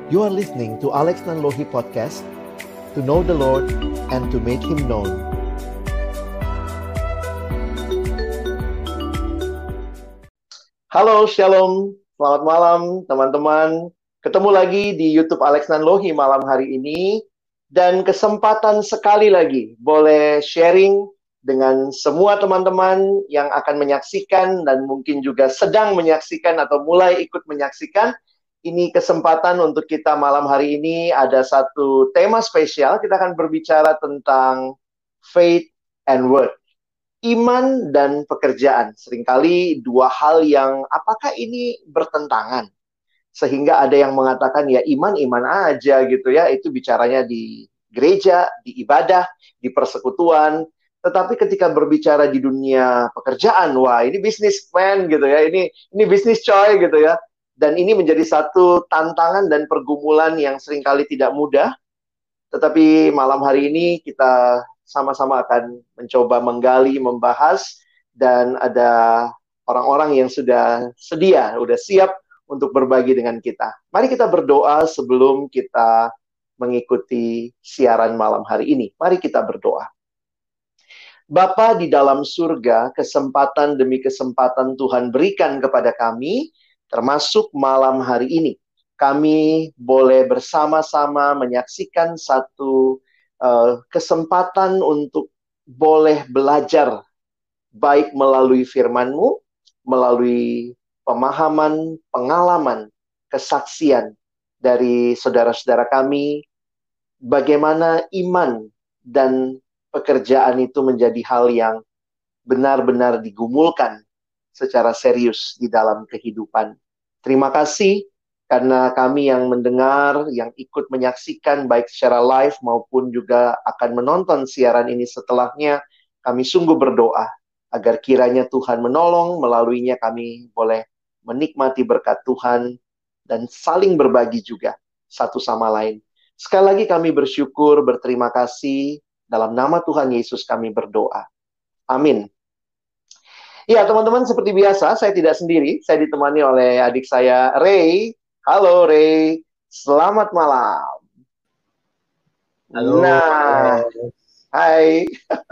You are listening to Alex Nanlohi Podcast, to know the Lord and to make Him known. Halo, Shalom. Selamat malam, teman-teman. Ketemu lagi di YouTube Alex Nanlohi malam hari ini. Dan kesempatan sekali lagi boleh sharing dengan semua teman-teman yang akan menyaksikan dan mungkin juga sedang menyaksikan atau mulai ikut menyaksikan. Ini kesempatan untuk kita malam hari ini ada satu tema spesial. Kita akan berbicara tentang faith and work. Iman dan pekerjaan. Seringkali dua hal yang apakah ini bertentangan? Sehingga ada yang mengatakan ya iman aja gitu ya. Itu bicaranya di gereja, di ibadah, di persekutuan. Tetapi ketika berbicara di dunia pekerjaan, wah ini bisnisman gitu ya. Ini bisnis coy gitu ya. Dan ini menjadi satu tantangan dan pergumulan yang seringkali tidak mudah. Tetapi malam hari ini kita sama-sama akan mencoba menggali, membahas. Dan ada orang-orang yang sudah sedia, sudah siap untuk berbagi dengan kita. Mari kita berdoa sebelum kita mengikuti siaran malam hari ini. Mari kita berdoa. Bapa di dalam surga, kesempatan demi kesempatan Tuhan berikan kepada kami, termasuk malam hari ini. Kami boleh bersama-sama menyaksikan satu kesempatan untuk boleh belajar, baik melalui firman-Mu, melalui pemahaman, pengalaman, kesaksian dari saudara-saudara kami, bagaimana iman dan pekerjaan itu menjadi hal yang benar-benar digumulkan secara serius di dalam kehidupan. Terima kasih karena kami yang mendengar, yang ikut menyaksikan baik secara live maupun juga akan menonton siaran ini setelahnya, kami sungguh berdoa agar kiranya Tuhan menolong, melaluinya kami boleh menikmati berkat Tuhan dan saling berbagi juga satu sama lain. Sekali lagi kami bersyukur, berterima kasih, dalam nama Tuhan Yesus kami berdoa. Amin. Ya, teman-teman, seperti biasa, saya tidak sendiri. Saya ditemani oleh adik saya, Ray. Halo, Ray. Selamat malam. Halo. Nah, hai.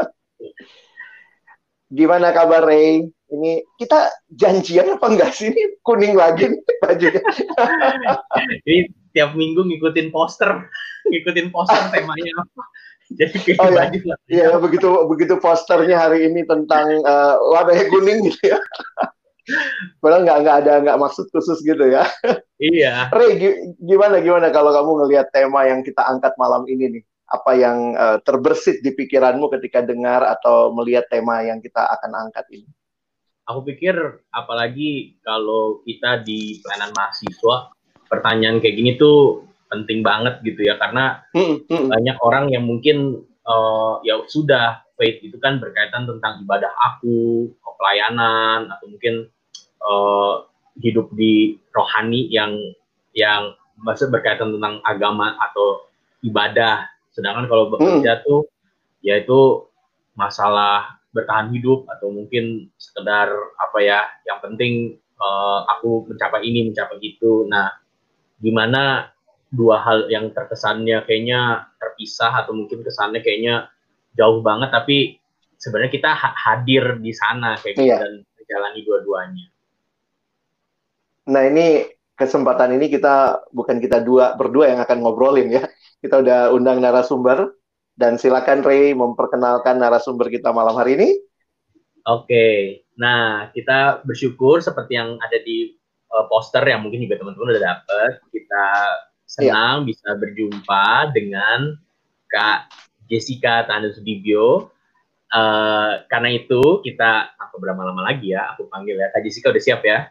Gimana kabar, Ray? Ini kita janjian apa enggak sih? Ini kuning lagi nih bajunya. Ini tiap minggu ngikutin poster temanya apa. Jadi pilih baju lah. Iya, begitu posternya hari ini tentang warna kuning gitu ya. Padahal nggak maksud khusus gitu ya. Iya. Ray, gimana kalau kamu ngelihat tema yang kita angkat malam ini nih? Apa yang terbersit di pikiranmu ketika dengar atau melihat tema yang kita akan angkat ini? Aku pikir apalagi kalau kita di pelayanan mahasiswa, pertanyaan kayak gini tuh penting banget gitu ya, karena banyak orang yang mungkin ya sudah faith itu kan berkaitan tentang ibadah aku, pelayanan, atau mungkin hidup di rohani yang maksud berkaitan tentang agama atau ibadah. Sedangkan kalau bekerja tuh yaitu masalah bertahan hidup atau mungkin sekedar apa ya, yang penting aku mencapai ini, mencapai itu. Nah, gimana dua hal yang terkesannya kayaknya terpisah atau mungkin kesannya kayaknya jauh banget, tapi sebenarnya kita hadir di sana kayak gitu dan menjalani dua-duanya. Nah, ini kesempatan ini bukan kita berdua yang akan ngobrolin ya. Kita udah undang narasumber. Dan silakan Ray memperkenalkan narasumber kita malam hari ini. Oke, nah kita bersyukur seperti yang ada di poster yang mungkin juga teman-teman udah dapet. Kita senang bisa berjumpa dengan Kak Jessica Tandusudibyo. Karena itu kita tanpa berlama-lama lagi ya, aku panggil ya. Kak Jessica udah siap ya?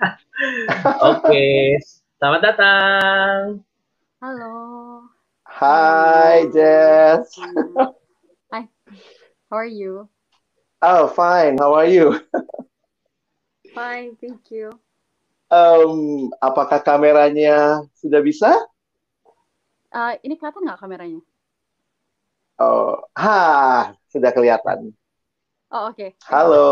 Oke, selamat datang. Halo. Hai, Jess. Hi. How are you? Oh, fine. How are you? Fine, thank you. Apakah kameranya sudah bisa? Ini kelihatan nggak kameranya? Oh, sudah kelihatan. Oh, oke. Halo.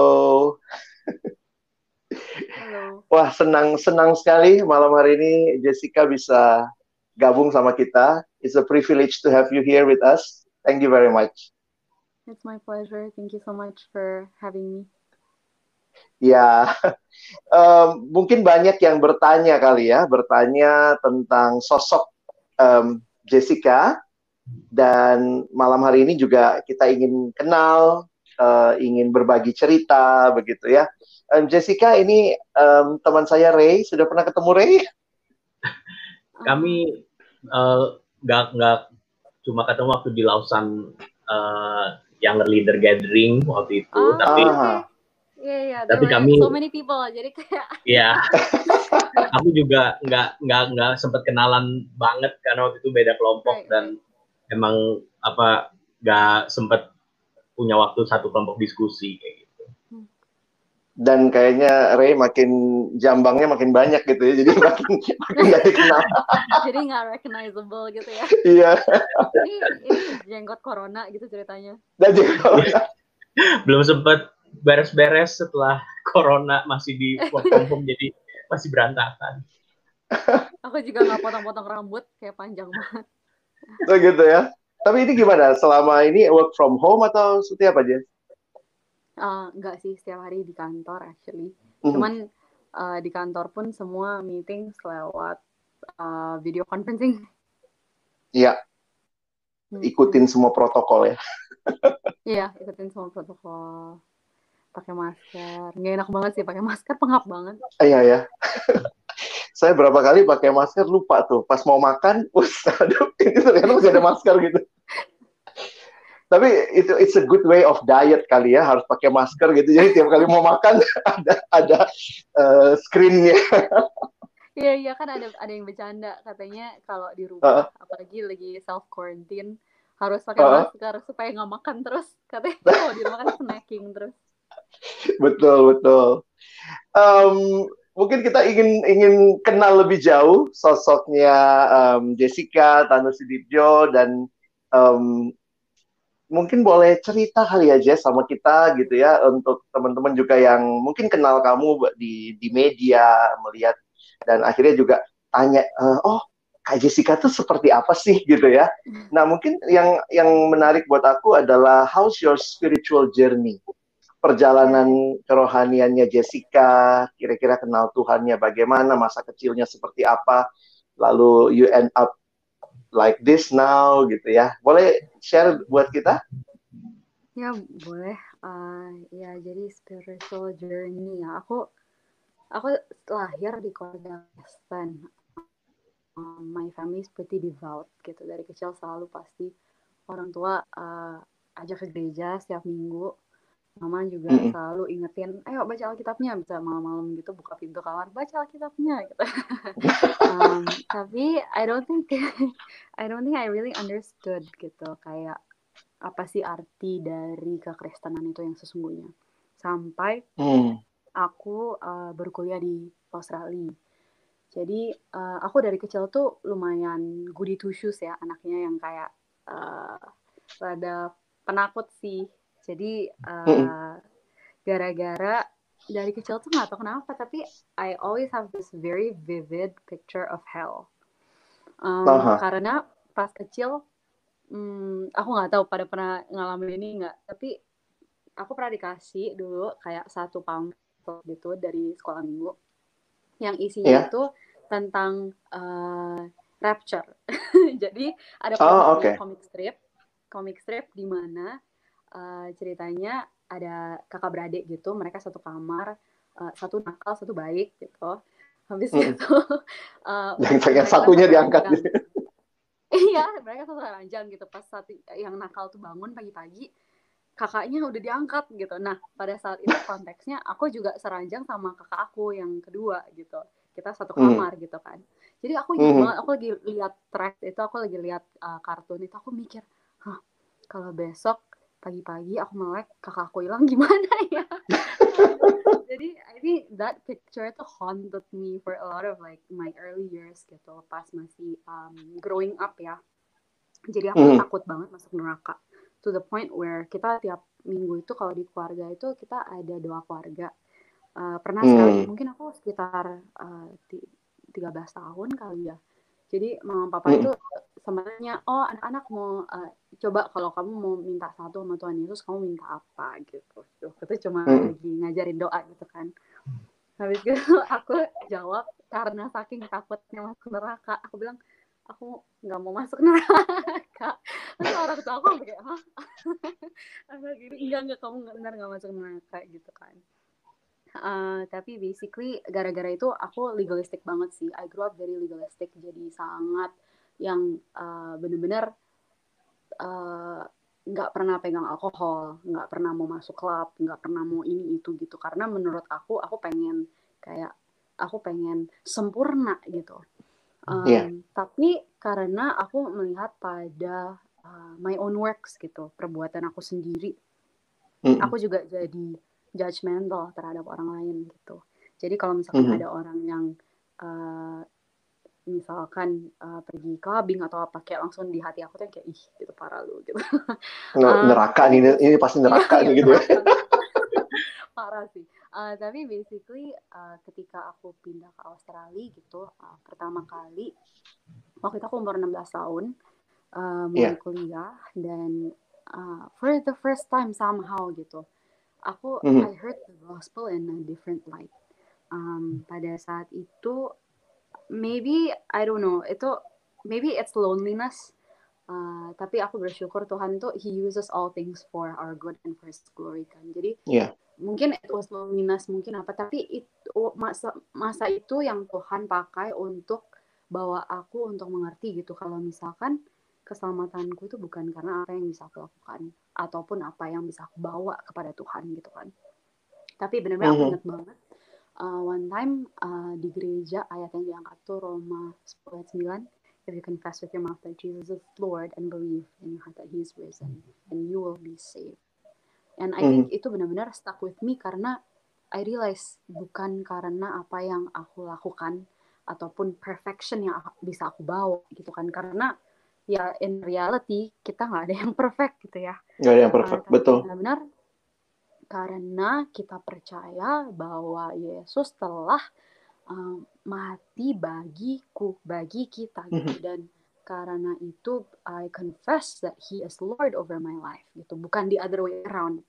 Halo. Wah, senang sekali malam hari ini Jessica bisa gabung sama kita. It's a privilege to have you here with us. Thank you very much. It's my pleasure. Thank you so much for having me. Ya, mungkin banyak yang bertanya kali ya, bertanya tentang sosok Jessica, dan malam hari ini juga kita ingin kenal, ingin berbagi cerita, begitu ya. Jessica, ini teman saya Ray, sudah pernah ketemu Ray? Kami nggak cuma ketemu waktu di Lausan Younger Leader Gathering waktu itu, tapi Iya, tapi kami so many people, jadi kayak aku juga nggak sempat kenalan banget karena waktu itu beda kelompok dan emang nggak sempat punya waktu satu kelompok diskusi kayak gitu. Dan kayaknya Ray makin jambangnya makin banyak gitu ya, jadi makin nggak dikenal. Jadi nggak recognizable gitu ya. Iya. Ini jenggot corona gitu ceritanya. Dan jenggot corona. Belum sempat beres-beres setelah corona, masih di work from home, jadi masih berantakan. Aku juga nggak potong-potong rambut, kayak panjang banget. Oh gitu ya. Tapi ini gimana? Selama ini work from home atau seperti apa aja? Enggak sih, setiap hari di kantor actually. Cuman di kantor pun semua meeting lewat video conferencing. Iya. Ikutin semua protokol ya. Iya, ikutin semua protokol. Pakai masker. Nggak enak banget sih pakai masker, pengap banget. Iya ya. Saya berapa kali pakai masker lupa tuh. Pas mau makan, aduh, ini ternyata masih ada masker gitu. Tapi it's a good way of diet kali ya, harus pakai masker gitu. Jadi tiap kali mau makan ada screen-nya. Iya kan ada yang bercanda katanya kalau di rumah apalagi lagi self quarantine harus pakai masker supaya nggak makan terus, katanya kalau di rumah kan snacking terus. Betul. Mungkin kita ingin kenal lebih jauh sosoknya Jessica Tanusudibjo, dan mungkin boleh cerita kali aja sama kita gitu ya, untuk teman-teman juga yang mungkin kenal kamu di media, melihat dan akhirnya juga tanya, Kak Jessica tuh seperti apa sih gitu ya. Nah, mungkin yang menarik buat aku adalah how's your spiritual journey? Perjalanan kerohaniannya Jessica, kira-kira kenal Tuhannya bagaimana, masa kecilnya seperti apa, lalu you end up like this now gitu ya. Boleh share buat kita? Ya boleh. Ya jadi spiritual journey ya. Aku lahir di keluarga Kristen. My family is pretty devout gitu. Dari kecil selalu pasti orang tua ajak ke gereja setiap minggu. Mama juga selalu ingetin, ayo baca Alkitabnya, bisa malam-malam gitu buka pintu kamar, baca Alkitabnya gitu. Tapi I don't think I really understood gitu, kayak apa sih arti dari kekristenan itu yang sesungguhnya. Sampai aku berkuliah di Australia. Jadi aku dari kecil tuh lumayan goody two shoes ya, anaknya yang kayak rada penakut sih. Jadi gara-gara dari kecil tuh nggak tahu kenapa, tapi I always have this very vivid picture of hell. Karena pas kecil, aku nggak tahu pada pernah ngalamin ini nggak, tapi aku pernah dikasih dulu kayak satu pamflet gitu dari sekolah minggu, yang isinya itu tentang rapture. Jadi ada comic strip di mana ceritanya ada kakak beradik gitu, mereka satu kamar, satu nakal satu baik gitu. Habis itu yang satunya diangkat gitu. Iya, mereka satu ranjang gitu. Pas saat yang nakal tuh bangun pagi-pagi, kakaknya udah diangkat gitu. Nah, pada saat itu konteksnya aku juga seranjang sama kakak aku yang kedua gitu. Kita satu kamar gitu kan. Jadi aku ingat banget, aku lagi lihat track itu, aku lagi lihat kartun itu, aku mikir, kalau besok pagi-pagi aku melek, kakak aku hilang gimana ya? Jadi I think that picture itu haunted me for a lot of like my early years gitu, pas masih growing up ya. Jadi aku takut banget masuk neraka, to the point where kita tiap minggu itu kalau di keluarga itu kita ada doa keluarga. Pernah sekali, mungkin aku sekitar 13 tahun kali ya. Jadi mama papa itu sebenarnya, oh anak-anak mau coba kalau kamu mau minta satu sama Tuhan Yesus, kamu minta apa gitu. Itu cuma lagi ngajarin doa gitu kan. Habis itu aku jawab karena saking takutnya masuk neraka, aku bilang aku nggak mau masuk neraka. Terus orang tua aku kayak, hah? Enggak kamu benar nggak masuk neraka gitu kan. Tapi basically gara-gara itu aku legalistic banget sih. I grew up very legalistic, jadi sangat yang bener-bener nggak pernah pegang alkohol, nggak pernah mau masuk klub, nggak pernah mau ini itu gitu. Karena menurut aku pengen sempurna gitu. Tapi karena aku melihat pada my own works gitu, perbuatan aku sendiri, aku juga jadi judgmental terhadap orang lain gitu. Jadi kalau misalkan ada orang yang misalkan pergi clubbing atau apa, kayak langsung di hati aku tuh kayak ih gitu parah lu gitu. Neraka nih, ini pasti neraka nih gitu ya. Parah sih. Tapi basically ketika aku pindah ke Australia gitu, pertama kali waktu itu aku umur 16 tahun, mulai kuliah, dan for the first time somehow gitu, I heard the gospel in a different light. Pada saat itu maybe I don't know, maybe it's loneliness, tapi aku bersyukur Tuhan tuh He uses all things for our good and for His glory kan. Jadi mungkin it was loneliness, mungkin apa, tapi itu masa itu yang Tuhan pakai untuk bawa aku untuk mengerti gitu, kalau misalkan keselamatanku itu bukan karena apa yang bisa aku lakukan ataupun apa yang bisa aku bawa kepada Tuhan gitu kan. Tapi benar-benar aku ingat banget one time di gereja ayat yang diangkat tuh Roma 10:9, if you confess with your mouth that Jesus is Lord and believe in your heart that He is risen, and you will be saved. And I think itu benar-benar stuck with me karena I realize bukan karena apa yang aku lakukan ataupun perfection yang bisa aku bawa gitu kan, karena ya in reality kita nggak ada yang perfect gitu ya. Nggak ada yang perfect, betul. Benar-benar karena kita percaya bahwa Yesus telah mati bagi kita gitu, dan karena itu I confess that He is Lord over my life gitu, bukan the other way around.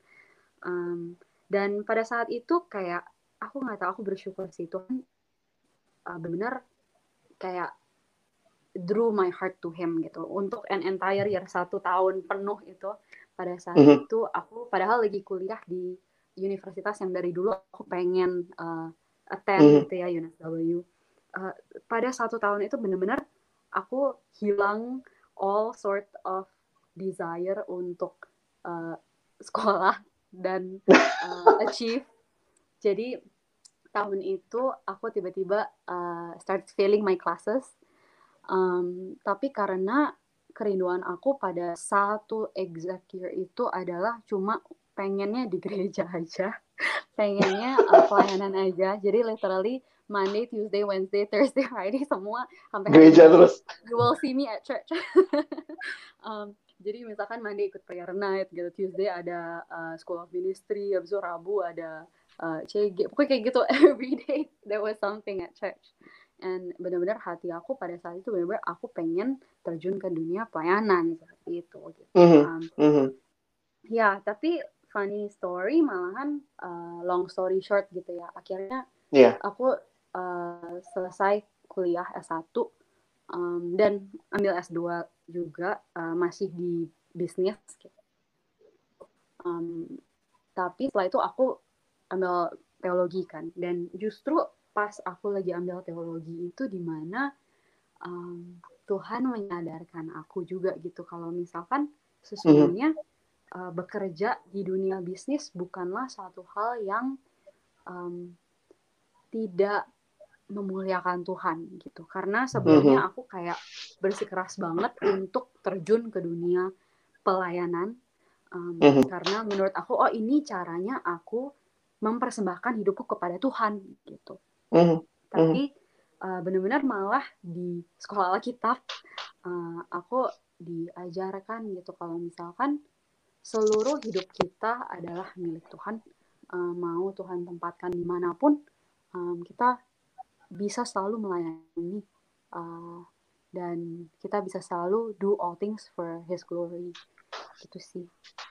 Dan pada saat itu kayak aku nggak tahu, aku bersyukur sih Tuhan benar kayak drew my heart to Him gitu untuk an entire year, 1 tahun penuh itu. Pada saat itu aku padahal lagi kuliah di universitas yang dari dulu aku pengen attend gitu ya, UNSW. Pada 1 tahun itu benar-benar aku hilang all sort of desire untuk sekolah dan achieve. Jadi tahun itu aku tiba-tiba start failing my classes. Tapi karena kerinduan aku pada satu exact year itu adalah cuma pengennya di gereja aja, pengennya pelayanan aja. Jadi literally Monday, Tuesday, Wednesday, Thursday, Friday semua sampai gereja terus. You will see me at church. Jadi misalkan Monday ikut prayer night gitu, Tuesday ada School of Ministry, habis itu Rabu ada CG, pokoknya kayak gitu, every day there was something at church. And benar-benar hati aku pada saat itu benar-benar aku pengen terjun ke dunia pelayanan seperti itu gitu. Ya, tapi funny story malahan long story short gitu ya. Akhirnya aku selesai kuliah S1 dan ambil S2 juga, masih di bisnis gitu. Tapi setelah itu aku ambil teologi kan, dan justru pas aku lagi ambil teologi itu dimana Tuhan menyadarkan aku juga gitu kalau misalkan sesungguhnya bekerja di dunia bisnis bukanlah satu hal yang tidak memuliakan Tuhan gitu. Karena sebelumnya aku kayak bersikeras banget untuk terjun ke dunia pelayanan, karena menurut aku ini caranya aku mempersembahkan hidupku kepada Tuhan gitu. Tapi benar-benar malah di sekolah Alkitab aku diajarkan gitu kalau misalkan seluruh hidup kita adalah milik Tuhan, mau Tuhan tempatkan dimanapun, kita bisa selalu melayani dan kita bisa selalu do all things for His glory. Gitu sih.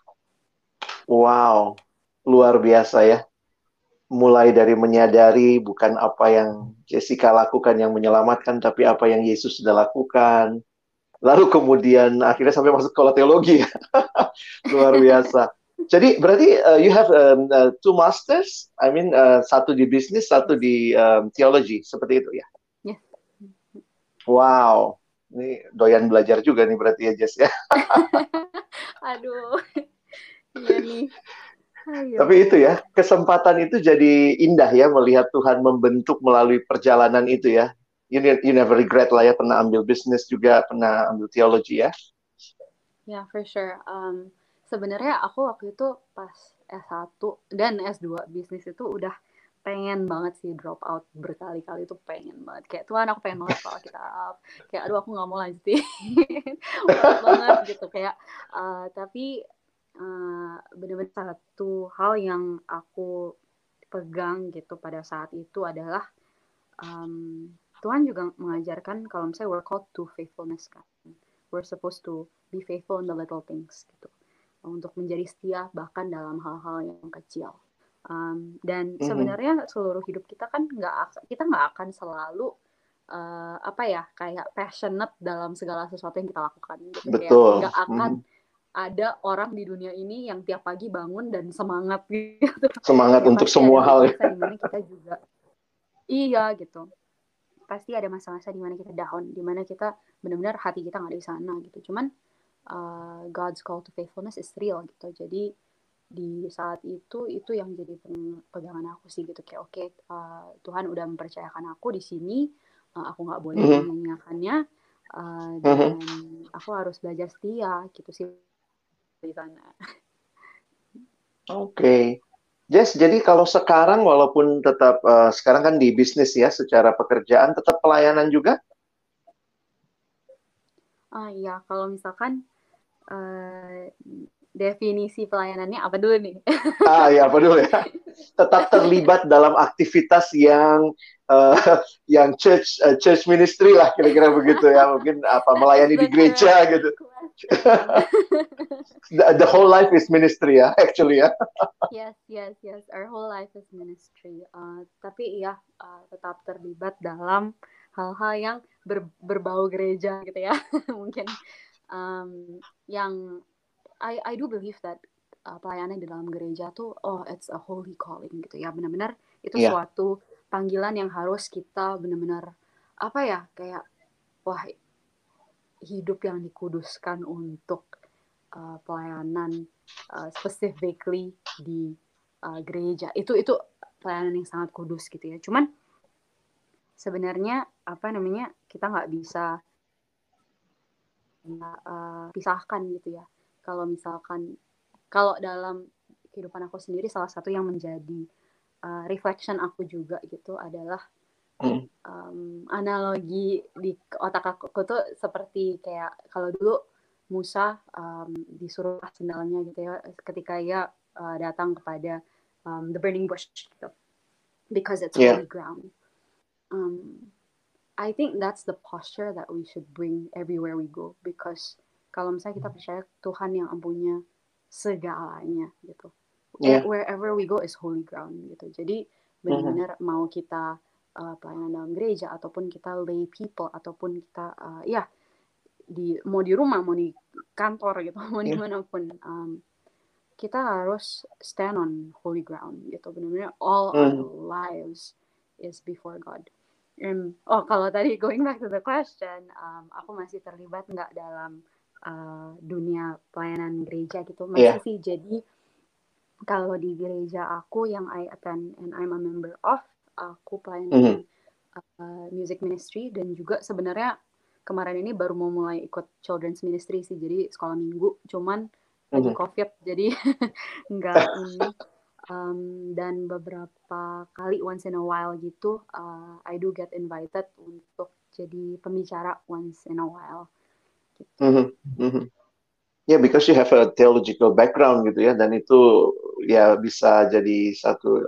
Wow, luar biasa ya. Mulai dari menyadari bukan apa yang Jessica lakukan yang menyelamatkan, tapi apa yang Yesus sudah lakukan. Lalu kemudian akhirnya sampai masuk sekolah teologi. Luar biasa. Jadi berarti you have two masters, I mean satu di bisnis, satu di teologi, seperti itu ya? Yes. Wow, ini doyan belajar juga nih berarti ya Jess ya. Aduh, iya nih. Ayo. Tapi itu ya, kesempatan itu jadi indah ya melihat Tuhan membentuk melalui perjalanan itu ya. You never regret lah ya, pernah ambil bisnis juga, pernah ambil teologi ya. Ya, for sure. Sebenarnya aku waktu itu pas S1 dan S2 bisnis itu udah pengen banget sih drop out berkali-kali, tuh pengen banget. Kayak Tuhan, aku pengen banget sekolah kitab. Kayak aduh, aku nggak mau lanjutin. Berat banget gitu kayak. Tapi benar-benar satu hal yang aku pegang gitu pada saat itu adalah Tuhan juga mengajarkan kalau misalnya we're called to faithfulness kan. We're supposed to be faithful in the little things gitu. Untuk menjadi setia bahkan dalam hal-hal yang kecil. Dan sebenarnya seluruh hidup kita kan kita nggak akan selalu kayak passionate dalam segala sesuatu yang kita lakukan gitu. Betul. Kayak nggak akan ada orang di dunia ini yang tiap pagi bangun dan semangat gitu. Semangat ya, untuk semua hal ya. Dimana kita juga iya gitu. Pasti ada masa-masa di mana kita down, di mana kita benar-benar hati kita nggak ada di sana gitu. Cuman God's call to faithfulness is real gitu. Jadi di saat itu yang jadi pegangan aku sih gitu, kayak oke, Tuhan udah mempercayakan aku di sini, aku nggak boleh menyanyiakannya, dan aku harus belajar setia gitu sih di sana. Oke. Jess, jadi kalau sekarang walaupun tetap sekarang kan di bisnis ya, secara pekerjaan tetap pelayanan juga? Iya, kalau misalkan definisi pelayanannya apa dulu nih? Ya apa dulu ya? Tetap terlibat dalam aktivitas yang church ministry lah kira-kira begitu ya, mungkin melayani di gereja gitu. The whole life is ministry ya, actually ya. Yes. Our whole life is ministry. Tapi ya tetap terlibat dalam hal-hal yang berbau gereja gitu ya. Mungkin yang I do believe that pelayanan di dalam gereja tuh it's a holy calling gitu ya. Benar-benar itu suatu panggilan yang harus kita benar-benar kayak wah, hidup yang dikuduskan untuk pelayanan specifically di gereja. Itu pelayanan yang sangat kudus gitu ya. Cuman sebenarnya kita nggak bisa pisahkan gitu ya. Kalau dalam kehidupan aku sendiri, salah satu yang menjadi reflection aku juga gitu adalah analogi di otak aku tuh seperti kayak kalau dulu Musa disuruh sendalnya gitu ya ketika ia datang kepada the burning bush gitu, because it's holy ground. I think that's the posture that we should bring everywhere we go, because kalau misalnya kita percaya Tuhan yang punya segalanya gitu, wherever we go is holy ground gitu. Jadi benar-benar mau kita pelayanan dalam gereja ataupun kita lay people ataupun kita mau di rumah, mau di kantor gitu, mau dimanapun, kita harus stand on holy ground gitu. Benar-benar all our lives is before God. Kalau tadi going back to the question, aku masih terlibat nggak dalam dunia pelayanan gereja gitu? Masih sih. Jadi kalau di gereja aku yang I attend and I'm a member of, aku pelayanan music ministry, dan juga sebenarnya kemarin ini baru mau mulai ikut children's ministry sih, jadi sekolah minggu, cuman lagi COVID jadi nggak ini. Dan beberapa kali once in a while gitu, I do get invited untuk jadi pembicara once in a while gitu. Because you have a theological background gitu ya, dan itu ya bisa jadi satu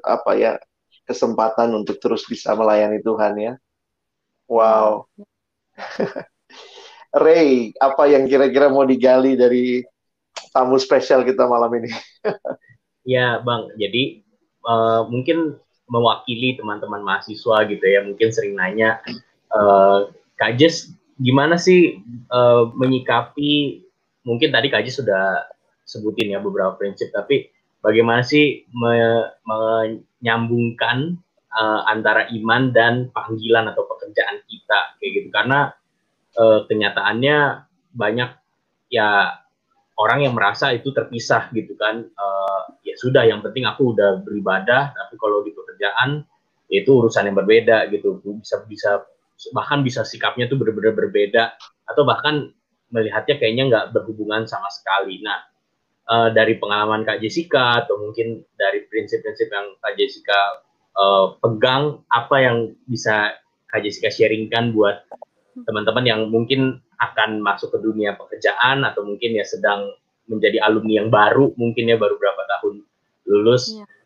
kesempatan untuk terus bisa melayani Tuhan ya. Wow. Ray, apa yang kira-kira mau digali dari tamu spesial kita malam ini? Ya, Bang. Jadi mungkin mewakili teman-teman mahasiswa gitu ya, mungkin sering nanya, Kak Jess, gimana sih menyikapi, mungkin tadi Kak Jess sudah sebutin ya beberapa prinsip, tapi bagaimana sih menyambungkan antara iman dan panggilan atau pekerjaan kita, kayak gitu. Karena kenyataannya banyak ya orang yang merasa itu terpisah gitu kan, ya sudah, yang penting aku udah beribadah, tapi kalau di pekerjaan itu urusan yang berbeda gitu, bisa bahkan bisa sikapnya tuh benar-benar berbeda, atau bahkan melihatnya kayaknya nggak berhubungan sama sekali. Nah, dari pengalaman Kak Jessica atau mungkin dari prinsip-prinsip yang Kak Jessica pegang, apa yang bisa Kak Jessica sharingkan buat teman-teman yang mungkin akan masuk ke dunia pekerjaan atau mungkin ya sedang menjadi alumni yang baru, mungkin ya baru berapa tahun lulus. Iya.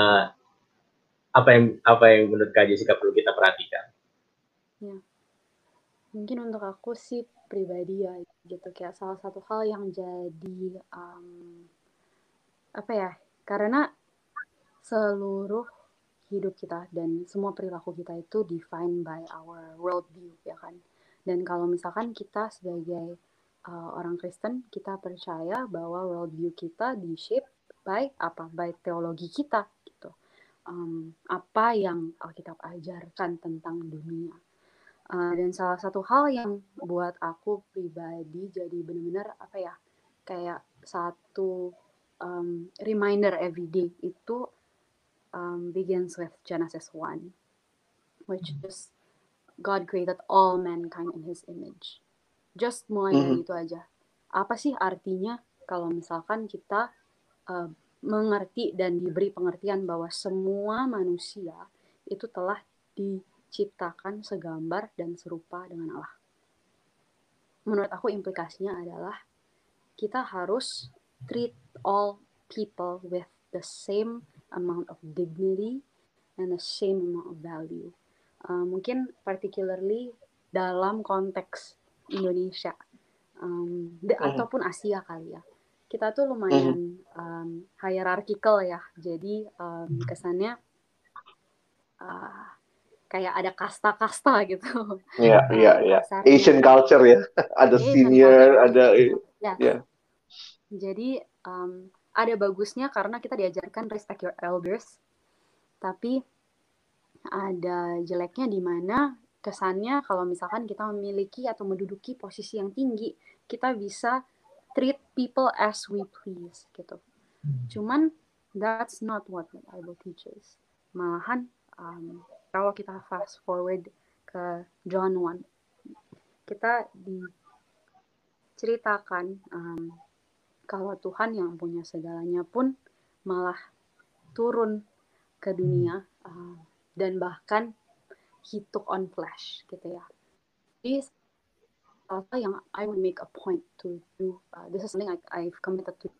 Apa yang menurut Kak Jessica perlu kita perhatikan? Ya. Mungkin untuk aku sih pribadi ya gitu, kayak salah satu hal yang jadi apa ya, karena seluruh hidup kita dan semua perilaku kita itu defined by our worldview, ya kan. Dan kalau misalkan kita sebagai orang Kristen, kita percaya bahwa worldview kita di-shape by apa? By teologi kita gitu. Apa yang Alkitab ajarkan tentang dunia. Dan salah satu hal yang buat aku pribadi jadi benar-benar apa ya, kayak satu reminder every day itu begins with Genesis 1, which is God created all mankind in His image. Just mulai dari itu aja. Apa sih artinya kalau misalkan kita mengerti dan diberi pengertian bahwa semua manusia itu telah diciptakan segambar dan serupa dengan Allah. Menurut aku implikasinya adalah kita harus treat all people with the same amount of dignity and the same amount of value. Mungkin particularly dalam konteks Indonesia ataupun Asia kali ya. Kita tuh lumayan hierarchical ya. Jadi kesannya kayak ada kasta-kasta gitu. Iya. Asian culture ya. Ada Asian senior, culture, ada yes. ya. Jadi ada bagusnya karena kita diajarkan respect your elders, tapi ada jeleknya di mana kesannya kalau misalkan kita memiliki atau menduduki posisi yang tinggi, kita bisa treat people as we please gitu. Cuman that's not what the Bible teaches. Malahan kalau kita fast forward ke John 1, kita diceritakan kalau Tuhan yang punya segalanya pun malah turun ke dunia dan bahkan He took on flesh gitu ya. Jadi apa yang I would make a point to do, this is something I've committed to.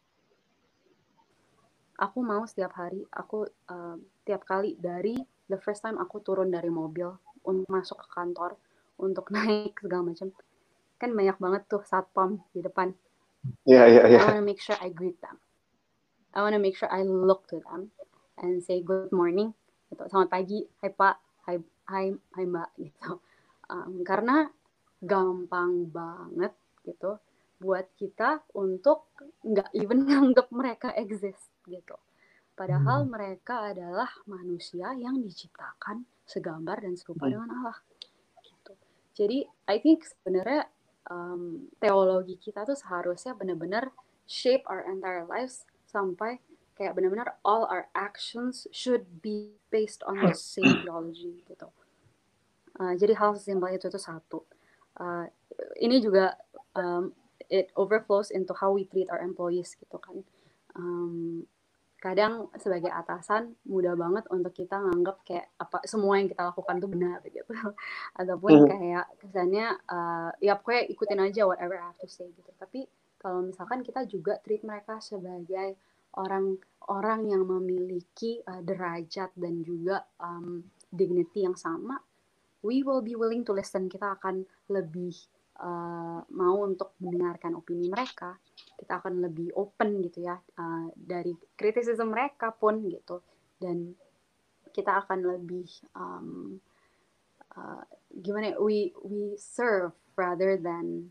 Aku mau setiap hari, aku tiap kali dari the first time aku turun dari mobil untuk masuk ke kantor, untuk naik segala macam, kan banyak banget tuh satpam di depan. I want to make sure I greet them. I want to make sure I look to them and say good morning, gitu. Selamat pagi, hai Pak, hai Mbak, gitu. Karena gampang banget gitu buat kita untuk nggak even nganggap mereka exist gitu. Padahal mereka adalah manusia yang diciptakan segambar dan serupa dengan Allah. Gitu. Jadi I think sebenarnya teologi kita tuh seharusnya benar-benar shape our entire lives sampai kayak benar-benar all our actions should be based on the same theology gitu. Jadi hal sesimpel itu tuh satu. Ini juga it overflows into how we treat our employees gitu kan. Kadang sebagai atasan mudah banget untuk kita nganggap kayak apa semua yang kita lakukan tuh benar gitu, ataupun kayak kesannya ya pokoknya ikutin aja whatever I have to say gitu. Tapi kalau misalkan kita juga treat mereka sebagai orang yang memiliki derajat dan juga dignity yang sama, we will be willing to listen. Kita akan lebih mau untuk mendengarkan opini mereka, kita akan lebih open gitu ya, dari kritisisme mereka pun gitu, dan kita akan lebih gimana ya, we serve rather than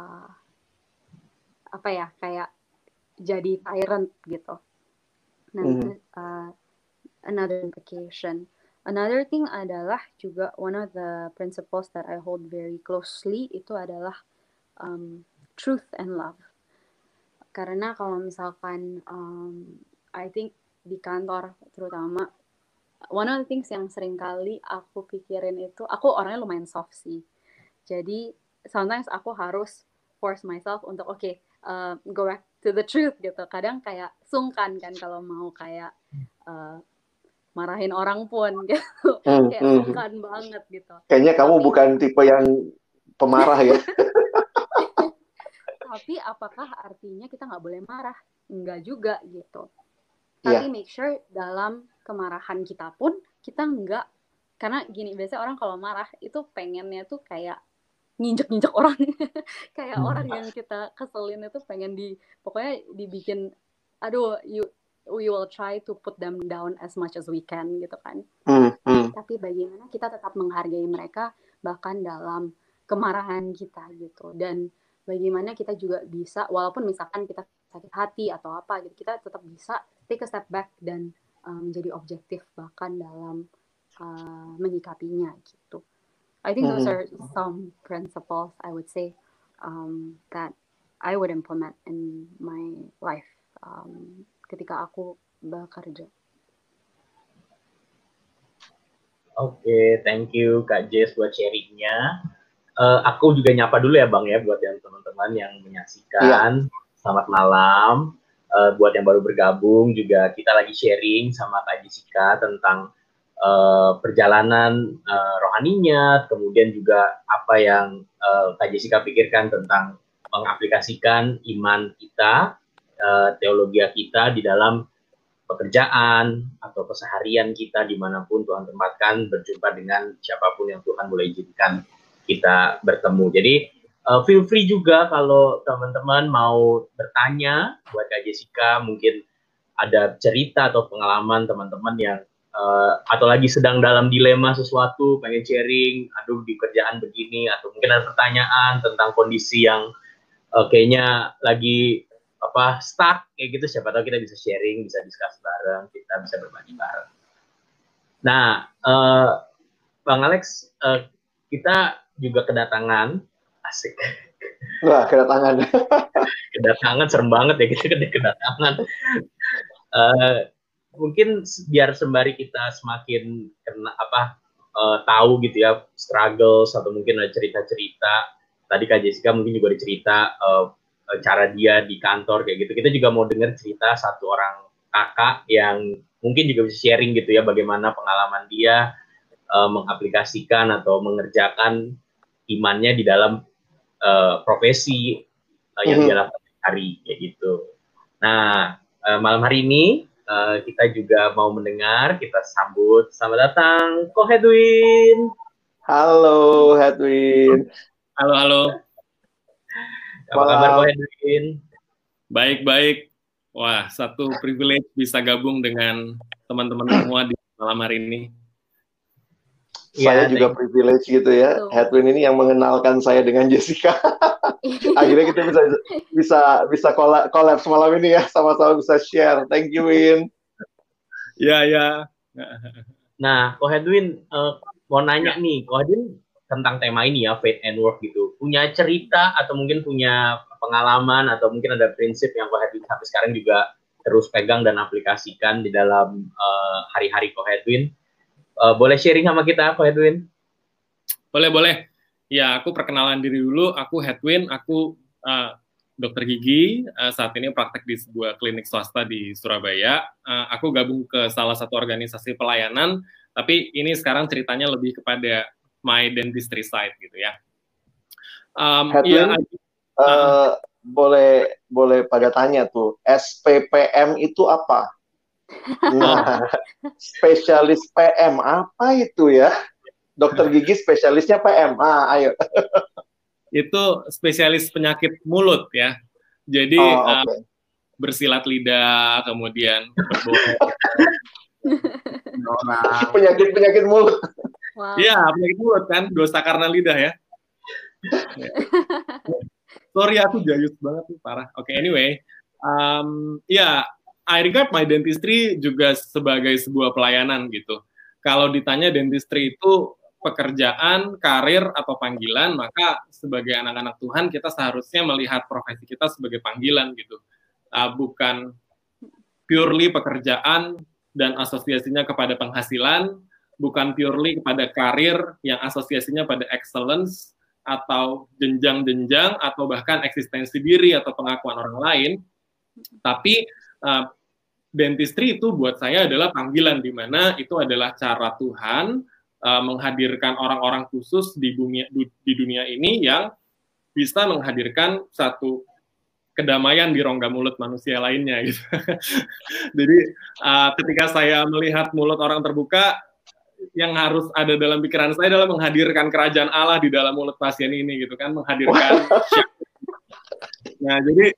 apa ya, kayak jadi tyrant gitu. Nah, another implication. Another thing adalah juga one of the principles that I hold very closely itu adalah truth and love. Karena kalau misalkan I think di kantor terutama, one of the things yang sering kali aku pikirin itu, aku orangnya lumayan soft sih. Jadi sometimes aku harus force myself untuk go back to the truth gitu. Kadang kayak sungkan kan kalau mau kayak marahin orang pun gitu. Kayak sungkan banget gitu. Kayaknya kamu bukan tipe yang pemarah ya. Tapi apakah artinya kita nggak boleh marah? Enggak juga gitu. Tapi make sure dalam kemarahan kita pun kita nggak, karena gini, biasanya orang kalau marah itu pengennya tuh kayak nginjek-nginjek orang. Kayak orang yang kita keselin itu pengen pokoknya dibikin, aduh, we will try to put them down as much as we can gitu kan. Tapi bagaimana kita tetap menghargai mereka bahkan dalam kemarahan kita gitu, dan bagaimana kita juga bisa, walaupun misalkan kita sakit hati atau apa gitu, kita tetap bisa take a step back dan menjadi objektif bahkan dalam menyikapinya gitu. I think those are some principles I would say that I would implement in my life ketika aku bekerja. Oke, thank you Kak Jess buat sharingnya. Aku juga nyapa dulu ya Bang ya buat yang teman-teman yang menyaksikan. Selamat malam. Buat yang baru bergabung juga, kita lagi sharing sama Kak Jessica tentang perjalanan rohaninya, kemudian juga apa yang Kak Jessica pikirkan tentang mengaplikasikan iman kita, teologi kita di dalam pekerjaan atau keseharian kita dimanapun Tuhan tempatkan, berjumpa dengan siapapun yang Tuhan boleh izinkan kita bertemu. Jadi feel free juga kalau teman-teman mau bertanya buat Kak Jessica, mungkin ada cerita atau pengalaman teman-teman yang atau lagi sedang dalam dilema sesuatu, pengen sharing, aduh di kerjaan begini, atau mungkin ada pertanyaan tentang kondisi yang kayaknya lagi stuck kayak gitu, siapa tahu kita bisa sharing, bisa discuss bareng, kita bisa berbagi bareng. Nah, Bang Alex, kita juga kedatangan, asik. Wah, kedatangan. Kedatangan, serem banget ya kita kedatangan. Mungkin biar sembari kita semakin tahu gitu ya, struggles atau mungkin ada cerita-cerita. Tadi Kak Jessica mungkin juga ada cerita cara dia di kantor kayak gitu. Kita juga mau dengar cerita satu orang kakak yang mungkin juga bisa sharing gitu ya, bagaimana pengalaman dia mengaplikasikan atau mengerjakan imannya di dalam profesi yang dia lakukan hari kayak gitu. Nah, malam hari ini kita juga mau mendengar, kita sambut, selamat datang Ko Hedwin. Halo Hedwin. Halo. Apa kabar Ko Hedwin? Baik. Wah, satu privilege bisa gabung dengan teman-teman semua di malam hari ini. Saya juga privilege gitu ya. Hedwin ini yang mengenalkan saya dengan Jessica. Akhirnya kita bisa collab malam ini ya, sama-sama bisa share. Thank you, Win. Ya. Nah, Ko Hedwin mau nanya nih, Ko Hedwin tentang tema ini ya, faith and work gitu. Punya cerita atau mungkin punya pengalaman atau mungkin ada prinsip yang Ko Hedwin sampai sekarang juga terus pegang dan aplikasikan di dalam hari-hari Ko Hedwin. Boleh sharing sama kita, Ko Hedwin? Boleh. Ya, aku perkenalan diri dulu. Aku Hedwin, aku dokter gigi. Saat ini praktek di sebuah klinik swasta di Surabaya. Aku gabung ke salah satu organisasi pelayanan, tapi ini sekarang ceritanya lebih kepada my dentistry side gitu ya. Hedwin, boleh pada tanya tuh, SPPM itu apa? Nah, spesialis PM apa itu ya? Dokter gigi spesialisnya PM. Ayo. itu spesialis penyakit mulut ya. Jadi bersilat lidah, kemudian berbohong. Penyakit mulut. Iya, penyakit mulut kan, dosa karena lidah ya. Sorry, aku jayus banget nih, parah. Oke, anyway. I regard my dentistry juga sebagai sebuah pelayanan gitu. Kalau ditanya dentistry itu pekerjaan, karir, atau panggilan, maka sebagai anak-anak Tuhan kita seharusnya melihat profesi kita sebagai panggilan gitu. Bukan purely pekerjaan dan asosiasinya kepada penghasilan, bukan purely kepada karir yang asosiasinya pada excellence, atau jenjang-jenjang, atau bahkan eksistensi diri atau pengakuan orang lain. Tapi dentistry itu buat saya adalah panggilan, di mana itu adalah cara Tuhan menghadirkan orang-orang khusus di dunia ini yang bisa menghadirkan satu kedamaian di rongga mulut manusia lainnya gitu. Jadi ketika saya melihat mulut orang terbuka, yang harus ada dalam pikiran saya adalah menghadirkan kerajaan Allah di dalam mulut pasien ini gitu kan, menghadirkan. Nah, jadi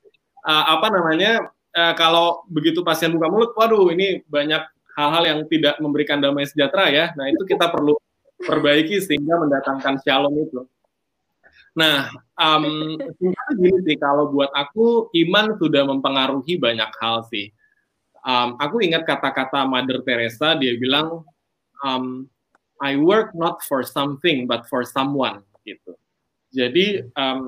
kalau begitu pasien buka mulut, waduh ini banyak hal-hal yang tidak memberikan damai sejahtera ya. Nah, itu kita perlu perbaiki sehingga mendatangkan shalom itu. Nah, gini sih, kalau buat aku, iman sudah mempengaruhi banyak hal sih. Aku ingat kata-kata Mother Teresa, dia bilang, I work not for something, but for someone, gitu. Jadi,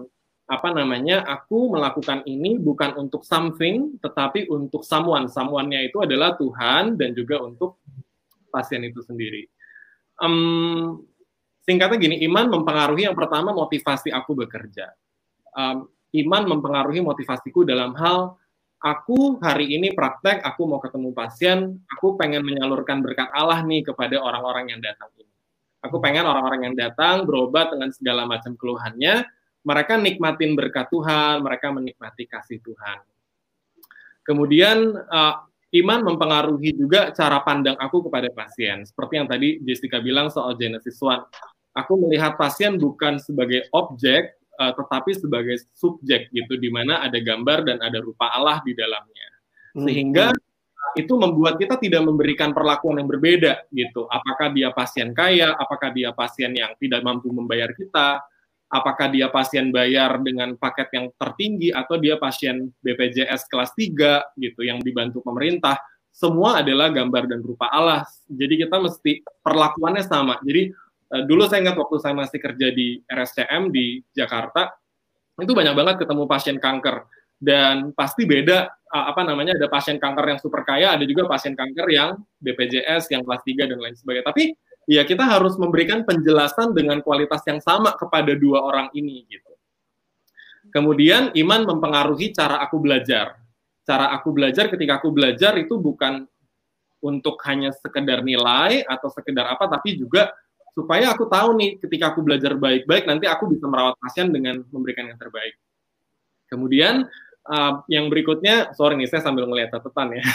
aku melakukan ini bukan untuk something, tetapi untuk someone. Someone-nya itu adalah Tuhan dan juga untuk pasien itu sendiri. Singkatnya gini, iman mempengaruhi yang pertama motivasi aku bekerja. Iman mempengaruhi motivasiku dalam hal, aku hari ini praktek, aku mau ketemu pasien, aku pengen menyalurkan berkat Allah nih kepada orang-orang yang datang ini. Aku pengen orang-orang yang datang berobat dengan segala macam keluhannya, mereka nikmatin berkat Tuhan, mereka menikmati kasih Tuhan. Kemudian iman mempengaruhi juga cara pandang aku kepada pasien. Seperti yang tadi Jessica bilang soal Genesis 1. Aku melihat pasien bukan sebagai objek, tetapi sebagai subjek gitu, di mana ada gambar dan ada rupa Allah di dalamnya. Sehingga itu membuat kita tidak memberikan perlakuan yang berbeda gitu. Apakah dia pasien kaya, apakah dia pasien yang tidak mampu membayar kita, apakah dia pasien bayar dengan paket yang tertinggi, atau dia pasien BPJS kelas 3 gitu yang dibantu pemerintah, semua adalah gambar dan rupa Allah. Jadi kita mesti perlakuannya sama. Jadi dulu saya ingat waktu saya masih kerja di RSCM di Jakarta, itu banyak banget ketemu pasien kanker, dan pasti beda ada pasien kanker yang super kaya, ada juga pasien kanker yang BPJS yang kelas 3 dan lain sebagainya. Tapi ya kita harus memberikan penjelasan dengan kualitas yang sama kepada dua orang ini gitu. Kemudian iman mempengaruhi cara aku belajar. Cara aku belajar, ketika aku belajar itu bukan untuk hanya sekedar nilai atau sekedar apa, tapi juga supaya aku tahu nih ketika aku belajar baik-baik, nanti aku bisa merawat pasien dengan memberikan yang terbaik. Kemudian yang berikutnya, sorry nih saya sambil ngelihat catatan ya.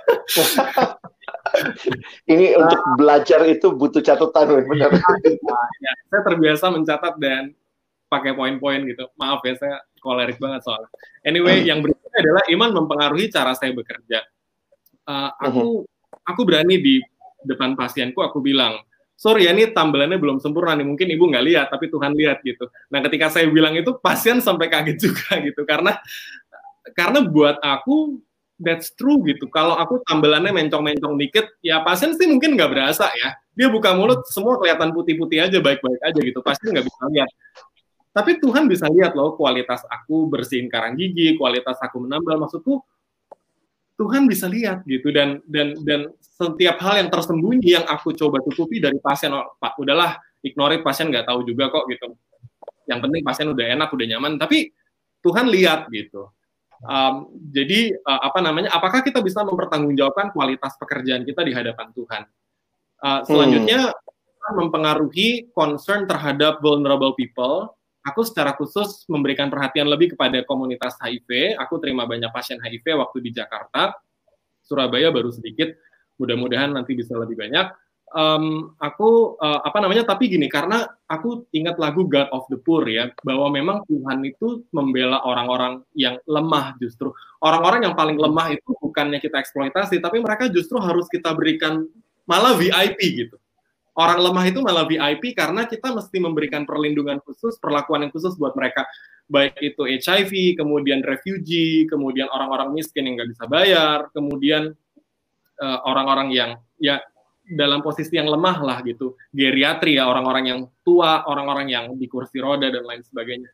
Ini untuk belajar itu butuh catatan, benar. Ya, saya terbiasa mencatat dan pakai poin-poin gitu. Maaf ya, saya kolerik banget soalnya. Anyway, yang berikutnya adalah iman mempengaruhi cara saya bekerja. Aku berani di depan pasienku, aku bilang, sorry ya, ini tambelannya belum sempurna nih, mungkin ibu nggak lihat, tapi Tuhan lihat gitu. Nah, ketika saya bilang itu, pasien sampai kaget juga gitu, karena buat aku that's true gitu. Kalau aku tambelannya mencong-mencong dikit, ya pasien sih mungkin nggak berasa ya. Dia buka mulut, semua kelihatan putih-putih aja, baik-baik aja gitu. Pasti nggak bisa lihat. Tapi Tuhan bisa lihat loh kualitas aku bersihin karang gigi, kualitas aku menambal. Maksudku, Tuhan bisa lihat gitu. Dan setiap hal yang tersembunyi yang aku coba tutupi dari pasien, Pak, udahlah, ignore it, pasien nggak tahu juga kok gitu. Yang penting pasien udah enak, udah nyaman. Tapi Tuhan lihat gitu. Jadi apakah kita bisa mempertanggungjawabkan kualitas pekerjaan kita di hadapan Tuhan? Selanjutnya mempengaruhi concern terhadap vulnerable people. Aku secara khusus memberikan perhatian lebih kepada komunitas HIV. Aku terima banyak pasien HIV waktu di Jakarta, Surabaya baru sedikit. Mudah-mudahan nanti bisa lebih banyak. aku tapi gini, karena aku ingat lagu God of the Poor ya, bahwa memang Tuhan itu membela orang-orang yang lemah justru. Orang-orang yang paling lemah itu bukannya kita eksploitasi, tapi mereka justru harus kita berikan malah VIP gitu. Orang lemah itu malah VIP karena kita mesti memberikan perlindungan khusus, perlakuan yang khusus buat mereka. Baik itu HIV, kemudian refugee, kemudian orang-orang miskin yang nggak bisa bayar, kemudian orang-orang yang ya dalam posisi yang lemah lah gitu, geriatri ya, orang-orang yang tua, orang-orang yang di kursi roda dan lain sebagainya.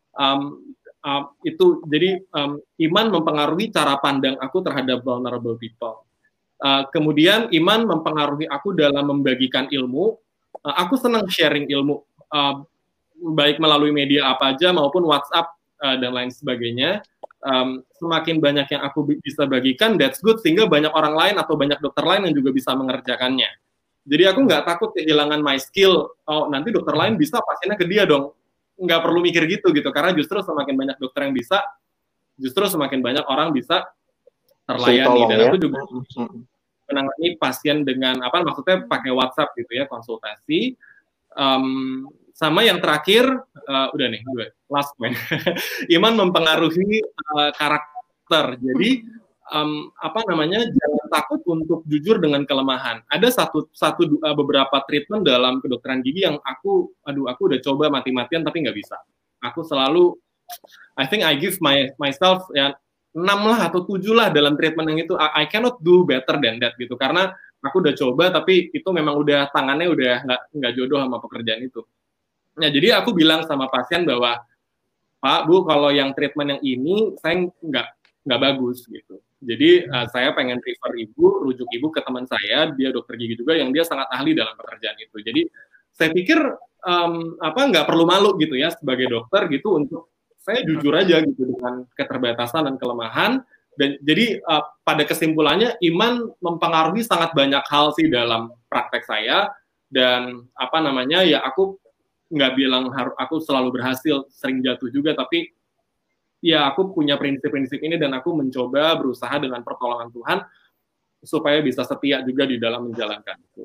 Itu jadi iman mempengaruhi cara pandang aku terhadap vulnerable people. Kemudian iman mempengaruhi aku dalam membagikan ilmu. Aku senang sharing ilmu, baik melalui media apa aja maupun WhatsApp dan lain sebagainya. Semakin banyak yang aku bisa bagikan, that's good, sehingga banyak orang lain atau banyak dokter lain yang juga bisa mengerjakannya. Jadi aku nggak takut kehilangan my skill, nanti dokter lain bisa, pasiennya ke dia dong. Nggak perlu mikir gitu, karena justru semakin banyak dokter yang bisa, justru semakin banyak orang bisa terlayani. Dan aku juga menangani pasien dengan, maksudnya pakai WhatsApp gitu ya, konsultasi. Sama yang terakhir, udah nih, last point. Iman mempengaruhi karakter. Jadi, jangan takut untuk jujur dengan kelemahan. Ada beberapa treatment dalam kedokteran gigi yang aku udah coba mati-matian tapi nggak bisa. Aku selalu, I think I give myself ya 6 lah atau 7 lah dalam treatment yang itu. I cannot do better than that gitu. Karena aku udah coba tapi itu memang udah tangannya udah nggak jodoh sama pekerjaan itu. Nah, jadi aku bilang sama pasien bahwa, Pak, Bu, kalau yang treatment yang ini, saya nggak bagus, gitu. Jadi, saya pengen refer rujuk ibu ke teman saya, dia dokter gigi juga, yang dia sangat ahli dalam pekerjaan itu. Jadi, saya pikir, nggak perlu malu, gitu ya, sebagai dokter, gitu, untuk saya jujur aja, gitu, dengan keterbatasan dan kelemahan. Dan jadi, pada kesimpulannya, iman mempengaruhi sangat banyak hal sih dalam praktek saya, dan, ya aku nggak bilang aku selalu berhasil, sering jatuh juga, tapi ya aku punya prinsip-prinsip ini dan aku mencoba berusaha dengan pertolongan Tuhan supaya bisa setia juga di dalam menjalankan itu.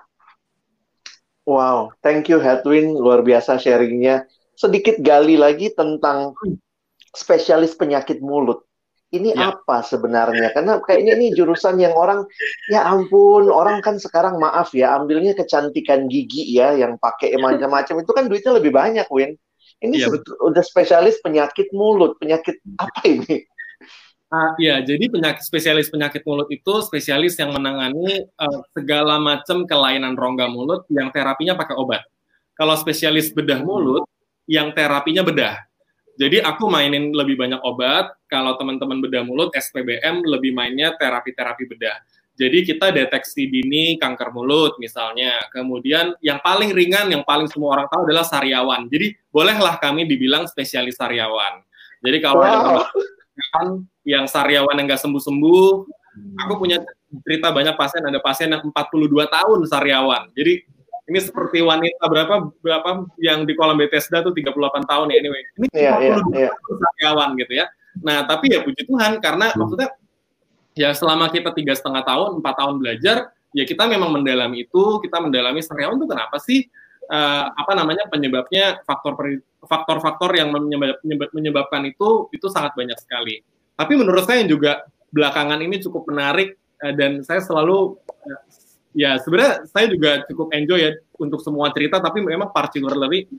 Wow, thank you Hedwin, luar biasa sharingnya. Sedikit gali lagi tentang spesialis penyakit mulut. Ini apa sebenarnya? Karena kayaknya ini jurusan yang orang, ya ampun, orang kan sekarang maaf ya, ambilnya kecantikan gigi ya, yang pakai macam-macam, itu kan duitnya lebih banyak, Win. Ini udah spesialis penyakit mulut, penyakit apa ini? Jadi spesialis penyakit mulut itu spesialis yang menangani segala macam kelainan rongga mulut yang terapinya pakai obat. Kalau spesialis bedah mulut, yang terapinya bedah. Jadi aku mainin lebih banyak obat, kalau teman-teman bedah mulut, SPBM lebih mainnya terapi-terapi bedah. Jadi kita deteksi dini kanker mulut misalnya, kemudian yang paling ringan, yang paling semua orang tahu adalah sariawan. Jadi bolehlah kami dibilang spesialis sariawan. Jadi kalau ada yang sariawan yang nggak sembuh-sembuh, aku punya cerita banyak pasien, ada pasien yang 42 tahun sariawan. Jadi ini seperti wanita berapa yang di kolam Bethesda tuh 38 tahun ya, anyway. Ini 42 tahun sariawan gitu ya. Nah, tapi ya puji Tuhan, karena maksudnya ya selama kita 3,5 tahun, 4 tahun belajar, ya kita memang mendalami itu, kita mendalami sariawan itu kenapa sih, penyebabnya, faktor-faktor yang menyebabkan itu sangat banyak sekali. Tapi menurut saya juga belakangan ini cukup menarik, dan saya selalu, ya sebenarnya saya juga cukup enjoy ya untuk semua cerita, tapi memang particularly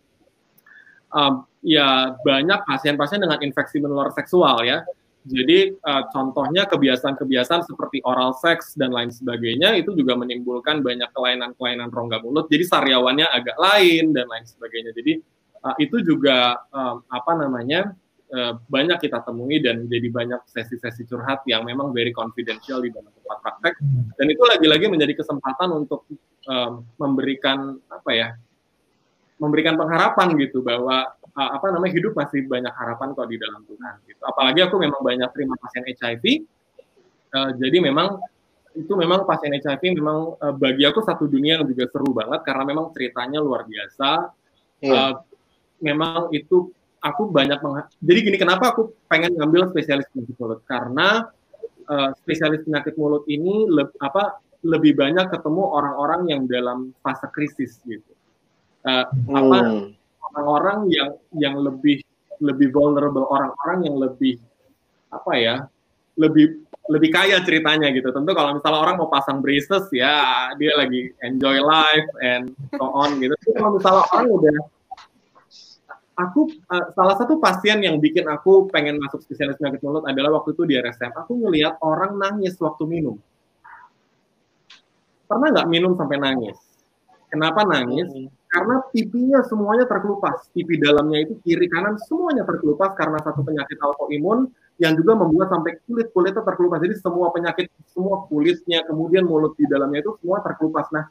ya banyak pasien-pasien dengan infeksi menular seksual ya. Jadi contohnya kebiasaan-kebiasaan seperti oral sex dan lain sebagainya itu juga menimbulkan banyak kelainan-kelainan rongga mulut. Jadi sariawannya agak lain dan lain sebagainya. Jadi itu juga banyak kita temui dan jadi banyak sesi-sesi curhat yang memang very confidential di dalam tempat praktek. Dan itu lagi-lagi menjadi kesempatan untuk memberikan pengharapan gitu bahwa hidup masih banyak harapan kok di dalam Tuhan gitu. Apalagi aku memang banyak terima pasien HIV. Jadi memang pasien HIV memang bagi aku satu dunia yang juga seru banget karena memang ceritanya luar biasa. Memang itu aku banyak jadi gini, kenapa aku pengen ngambil spesialis penyakit mulut, karena spesialis penyakit mulut ini lebih banyak ketemu orang-orang yang dalam fase krisis gitu. Orang-orang yang lebih vulnerable, orang-orang yang lebih lebih kaya ceritanya gitu. Tentu kalau misalnya orang mau pasang braces ya dia lagi enjoy life and so on gitu. Tapi kalau misalnya orang udah salah satu pasien yang bikin aku pengen masuk spesialis penyakit mulut adalah waktu itu di RSM. Aku ngelihat orang nangis waktu minum. Pernah nggak minum sampai nangis? Kenapa nangis? Karena pipinya semuanya terkelupas. Pipi dalamnya itu kiri kanan semuanya terkelupas karena satu penyakit autoimun yang juga membuat sampai kulitnya terkelupas. Jadi semua penyakit, semua kulitnya, kemudian mulut di dalamnya itu semua terkelupas. Nah,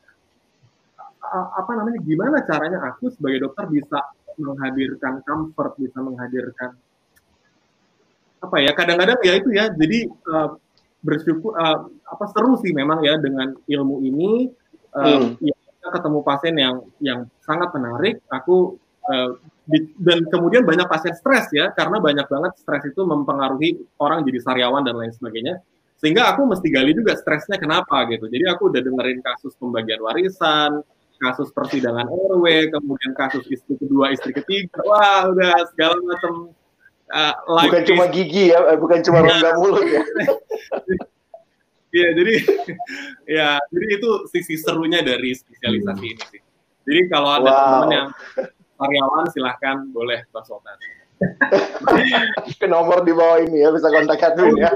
gimana caranya aku sebagai dokter bisa menghadirkan comfort, bisa menghadirkan kadang-kadang ya itu ya, jadi bersyukur seru sih memang ya dengan ilmu ini. Ya, kita ketemu pasien yang sangat menarik. Aku dan kemudian banyak pasien stres ya, karena banyak banget stres itu mempengaruhi orang jadi sariawan dan lain sebagainya. Sehingga aku mesti gali juga stresnya kenapa gitu. Jadi aku udah dengerin kasus pembagian warisan, kasus persidangan RW, kemudian kasus istri kedua, istri ketiga, wah udah segala macam. Bukan cuma gigi ya, bukan cuma rongga mulut ya. Iya, jadi itu sisi serunya dari spesialisasi ini sih. Jadi kalau ada teman-teman yang karyawan silahkan boleh konsultasi. Ke nomor di bawah ini ya, bisa kontak Edwin ya.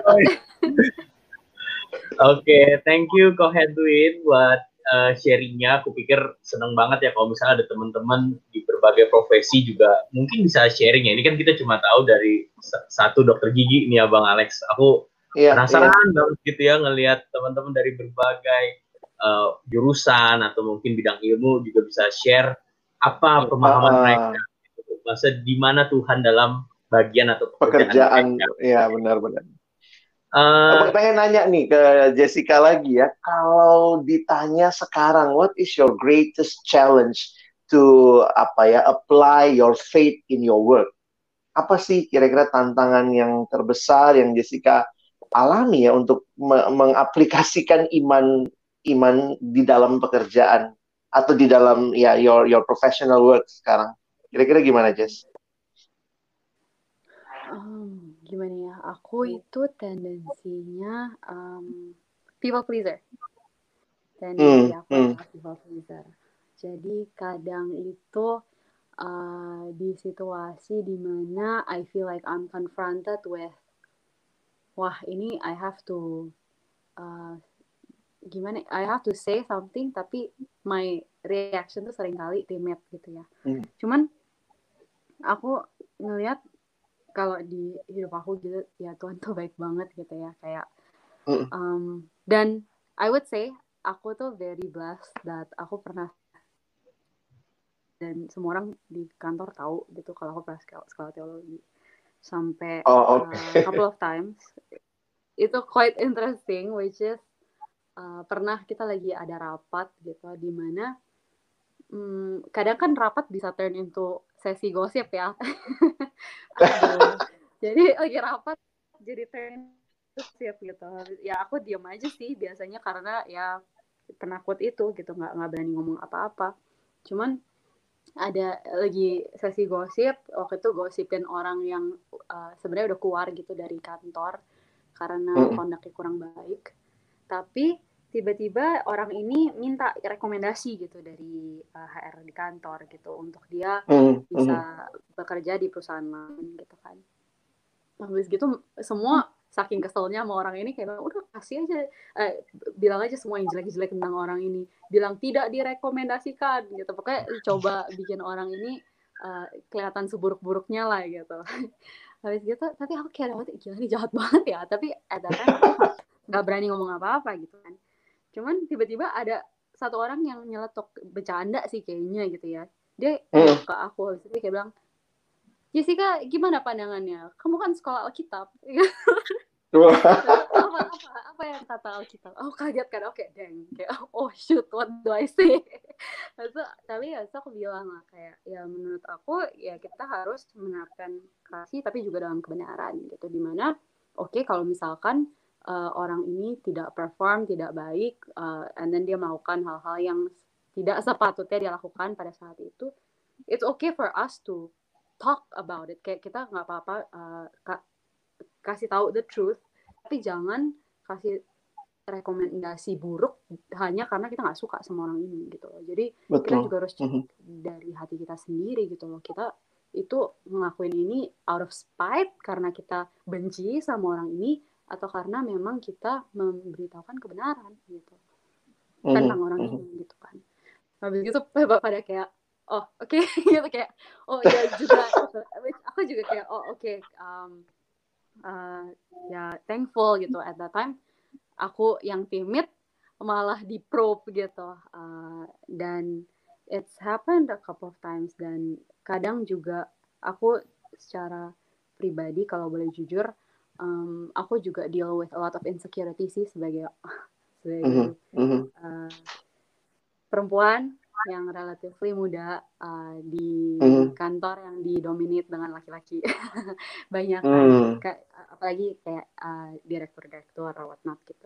Oke, thank you Ko Edwin buat sharingnya. Aku pikir seneng banget ya kalau misalnya ada teman-teman di berbagai profesi juga mungkin bisa sharing ya. Ini kan kita cuma tahu dari satu dokter gigi nih ya Bang Alex. Aku penasaran banget gitu ya ngelihat teman-teman dari berbagai jurusan atau mungkin bidang ilmu juga bisa share apa pemahaman mereka. Masa di mana Tuhan dalam bagian atau pekerjaan. Ya benar-benar. Pengen nanya nih ke Jessica lagi ya, kalau ditanya sekarang, what is your greatest challenge to apply your faith in your work? Apa sih kira-kira tantangan yang terbesar yang Jessica alami ya untuk mengaplikasikan iman di dalam pekerjaan atau di dalam ya your professional work sekarang? Kira-kira gimana, Jess? Gimana ya, aku itu tendensinya people pleaser. Tendensi aku adalah people pleaser. Jadi kadang itu di situasi dimana I feel like I'm confronted with, wah ini I have to I have to say something, tapi my reaction tuh seringkali timid gitu ya. Cuman aku ngelihat kalau di hidup aku gitu ya, Tuhan tuh baik banget gitu ya, kayak dan I would say aku tuh very blessed that aku pernah, dan semua orang di kantor tahu gitu kalau aku pernah sekolah teologi sampai couple of times. Itu quite interesting, which is pernah kita lagi ada rapat gitu di mana kadang kan rapat bisa turn into sesi gosip ya. Jadi lagi rapat jadi turn gosip gitu. Ya aku diam aja sih biasanya karena ya penakut itu gitu, nggak berani ngomong apa-apa. Cuman ada lagi sesi gosip, waktu itu gosipin orang yang sebenarnya udah keluar gitu dari kantor karena konduknya kurang baik. Tapi tiba-tiba orang ini minta rekomendasi gitu dari HR di kantor gitu untuk dia bisa bekerja di perusahaan lain gitu kan. Habis gitu semua saking keselnya sama orang ini kayak udah kasih aja, bilang aja semua yang jelek-jelek tentang orang ini, bilang tidak direkomendasikan gitu, pokoknya coba bikin orang ini kelihatan seburuk-buruknya lah gitu. Habis gitu tapi aku kayak gila ini jahat banget ya, tapi at that time aku nggak berani ngomong apa-apa gitu kan. Cuman tiba-tiba ada satu orang yang nyeletuk, bercanda sih kayaknya gitu ya, dia ke aku, habis itu kayak bilang, Jessica gimana pandangannya? Kamu kan sekolah Alkitab. apa yang kata Alkitab? Oh kaget kan, oke dang, kayak oh shoot what do I say? Tapi ya aku bilang lah kayak ya menurut aku ya kita harus menerapkan kasih tapi juga dalam kebenaran gitu, dimana oke, kalau misalkan orang ini tidak perform, tidak baik, and then dia melakukan hal-hal yang tidak sepatutnya dia lakukan pada saat itu, it's okay for us to talk about it. Kayak kita nggak apa-apa kasih tahu the truth, tapi jangan kasih rekomendasi buruk hanya karena kita nggak suka sama orang ini gitu loh. Jadi Betul. kita juga harus cek dari hati kita sendiri gitu loh. Kita itu ngelakuin ini out of spite karena kita benci sama orang ini, atau karena memang kita memberitahukan kebenaran gitu tentang orang ini gitu kan. Habis gitu pada kayak oh oke gitu, kayak oh ya juga gitu. Aku juga kayak oh oke, ya thankful gitu. At that time aku yang timid malah di probe gitu, dan it's happened a couple of times. Dan kadang juga aku secara pribadi kalau boleh jujur, aku juga deal with a lot of insecurity sih sebagai perempuan yang relatively muda di kantor yang didominate dengan laki-laki banyak kan, apalagi kayak direktur or whatnot gitu.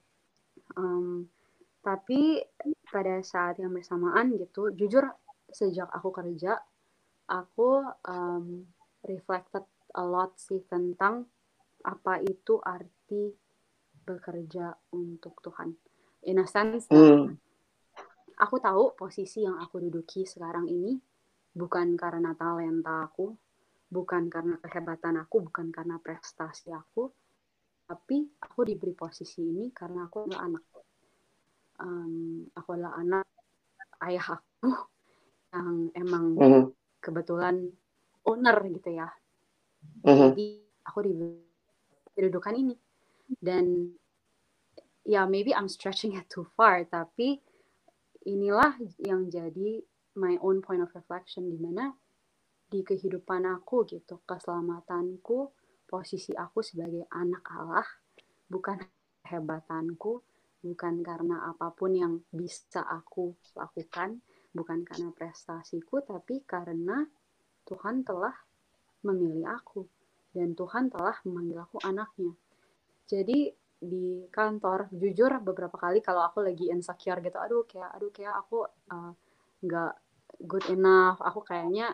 Tapi pada saat yang bersamaan gitu, jujur sejak aku kerja, aku reflected a lot sih tentang apa itu arti bekerja untuk Tuhan. In a sense that aku tahu posisi yang aku duduki sekarang ini bukan karena talenta aku, bukan karena kehebatan aku, bukan karena prestasi aku, tapi aku diberi posisi ini karena aku adalah anak. Aku adalah anak ayah aku yang emang kebetulan owner gitu ya. Jadi aku diberi kedudukan ini. Dan ya maybe I'm stretching it too far, tapi inilah yang jadi my own point of reflection, di mana di kehidupan aku gitu, keselamatanku, posisi aku sebagai anak Allah, bukan kehebatanku, bukan karena apapun yang bisa aku lakukan, bukan karena prestasiku, tapi karena Tuhan telah memilih aku dan Tuhan telah memanggil aku anaknya. Jadi di kantor, jujur beberapa kali kalau aku lagi insecure gitu, aduh kayak aku nggak good enough, aku kayaknya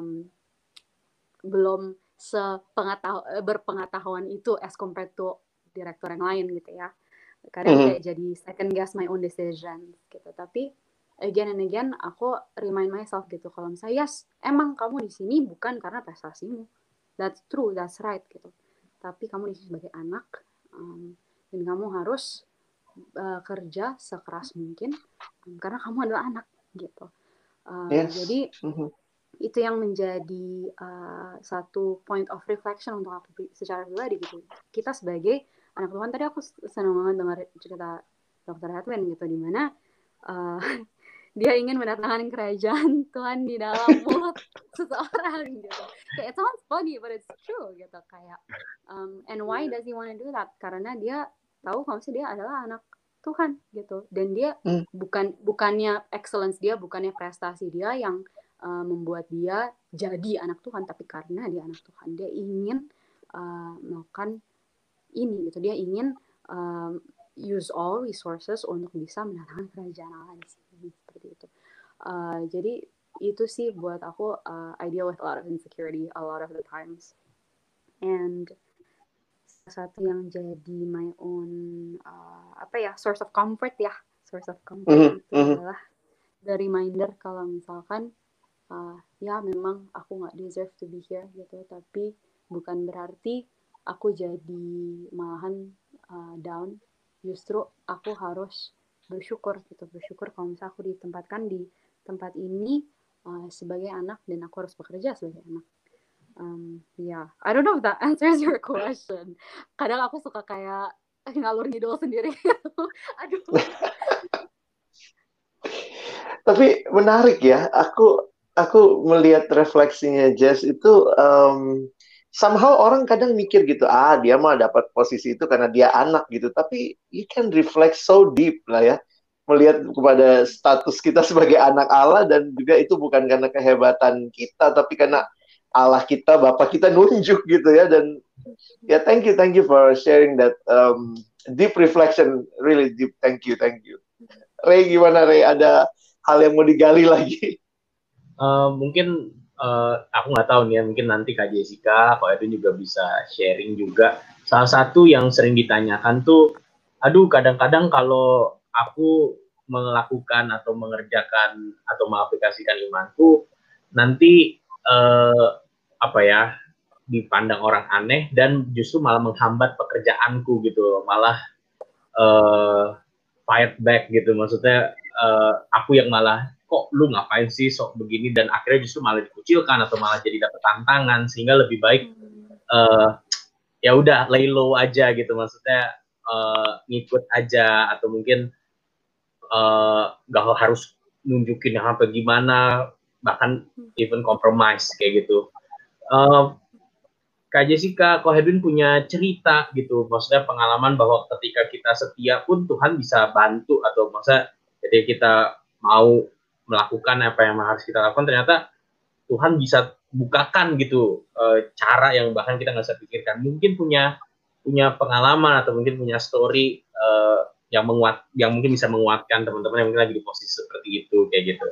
belum berpengetahuan itu as compared to direktur yang lain gitu ya. Kadang kayak jadi second guess my own decision gitu. Tapi again and again aku remind myself gitu, kalau misalnya yes, emang kamu di sini bukan karena prestasimu, that's true, that's right gitu, tapi kamu di sini sebagai anak, dan kamu harus kerja sekeras mungkin karena kamu adalah anak gitu. Jadi itu yang menjadi satu point of reflection untuk aku secara pribadi gitu. Kita sebagai anak Tuhan, tadi aku senang banget dengar cerita Dr. Hedwin gitu, di mana dia ingin mendatangkan kerajaan Tuhan di dalam mulut seseorang gitu. Kayak it sounds funny but it's true gitu, kayak and why does he want to do that? Karena dia tahu kalau dia adalah anak Tuhan gitu, dan dia bukannya excellence dia, bukannya prestasi dia yang membuat dia jadi anak Tuhan, tapi karena dia anak Tuhan, dia ingin melakukan ini gitu, dia ingin use all resources untuk bisa mendatangkan kerajaan Allah di sini, seperti itu. Jadi itu sih buat aku, I deal with a lot of insecurity a lot of the times, and salah satu yang jadi my own source of comfort itu adalah the reminder kalau misalkan ya memang aku nggak deserve to be here gitu, tapi bukan berarti aku jadi malahan down. Justru aku harus bersyukur kalau misalnya aku ditempatkan di tempat ini sebagai anak, dan aku harus bekerja sebagai anak. I don't know if that answers your question. Kadang aku suka kayak ngalur ngidul sendiri. Aduh. Tapi menarik ya, aku melihat refleksinya Jess itu, somehow orang kadang mikir gitu, dia mah dapat posisi itu karena dia anak gitu. Tapi you can reflect so deep lah ya, melihat kepada status kita sebagai anak Allah, dan juga itu bukan karena kehebatan kita, tapi karena Allah kita, Bapa kita nunjuk gitu ya. Dan ya thank you for sharing that Deep reflection, really deep. Thank you. Ray, gimana Ray? Ada hal yang mau digali lagi? Mungkin aku nggak tahu nih ya, mungkin nanti Kak Jessica, Kak Edwin juga bisa sharing juga. Salah satu yang sering ditanyakan tuh, aduh kadang-kadang kalau aku melakukan atau mengerjakan atau mengaplikasikan imanku, nanti apa ya, dipandang orang aneh dan justru malah menghambat pekerjaanku gitu, malah fight back gitu, maksudnya aku yang malah kok lu ngapain sih sok begini, dan akhirnya justru malah dikucilkan atau malah jadi dapat tantangan, sehingga lebih baik ya udah lay low aja gitu, maksudnya ngikut aja, atau mungkin gak harus nunjukin sampai gimana, bahkan even compromise kayak gitu. Kak Jessica, Ko Hedwin punya cerita gitu, maksudnya pengalaman bahwa ketika kita setia pun Tuhan bisa bantu, atau maksudnya ketika kita mau melakukan apa yang harus kita lakukan, ternyata Tuhan bisa bukakan gitu cara yang bahkan kita nggak bisa pikirkan. Mungkin punya pengalaman atau mungkin punya story yang mungkin bisa menguatkan teman-teman yang mungkin lagi di posisi seperti itu kayak gitu.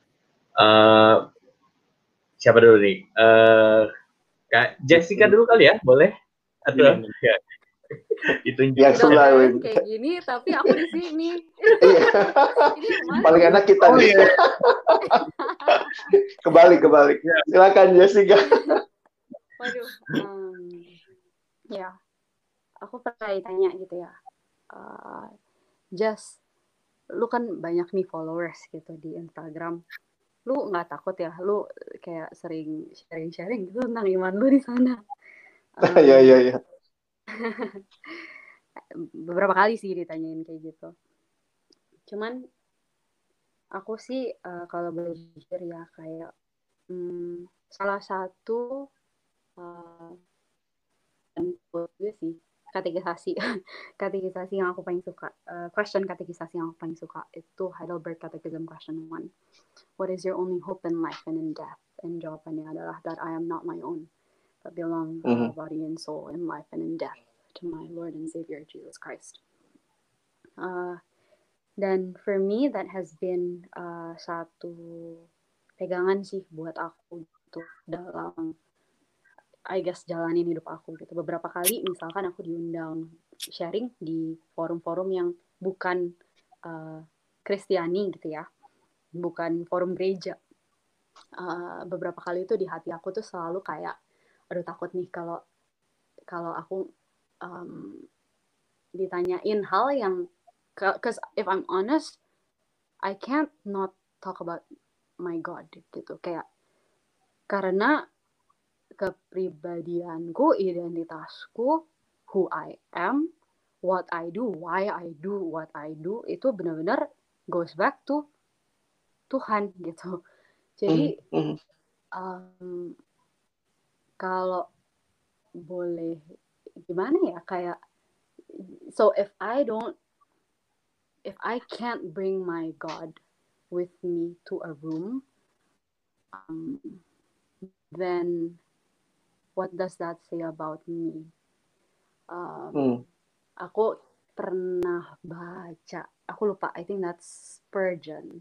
Siapa dulu nih? Kak Jessica dulu kali ya, boleh? Atau ya. Ditunjuk. Yang sebelah kayak gini, tapi aku di sini. Paling enak kita nih. Kebalik. Silakan Jessica. Waduh, ya, aku pernah ditanya gitu ya, Jess, lu kan banyak nih followers gitu di Instagram, lu nggak takut ya, lu kayak sering sharing gitu tentang iman lu di sana? Iya. Beberapa kali sih ditanyain kayak gitu. Cuman aku sih kalau boleh jujur ya, kayak salah satu gue sih katekisasi yang aku paling suka, question katekisasi yang aku paling suka itu Heidelberg Catechism Question 1. What is your only hope in life and in death? And jawabannya adalah that I am not my own, but belong body and soul in life and in death to my Lord and Savior Jesus Christ. Dan for me that has been satu pegangan sih buat aku gitu dalam I guess jalanin hidup aku gitu. Beberapa kali misalkan aku diundang sharing di forum-forum yang bukan Kristiani gitu ya, bukan forum gereja. Beberapa kali itu di hati aku tuh selalu kayak, aduh takut nih kalau aku ditanyain hal yang, cause if I'm honest, I can't not talk about my God gitu, kayak karena kepribadianku, identitasku, who I am, what I do, why I do what I do, itu benar-benar goes back to Tuhan gitu. Jadi kalau boleh gimana ya, kayak so if I can't bring my God with me to a room, then what does that say about me? Aku pernah baca, aku lupa, I think that's Spurgeon.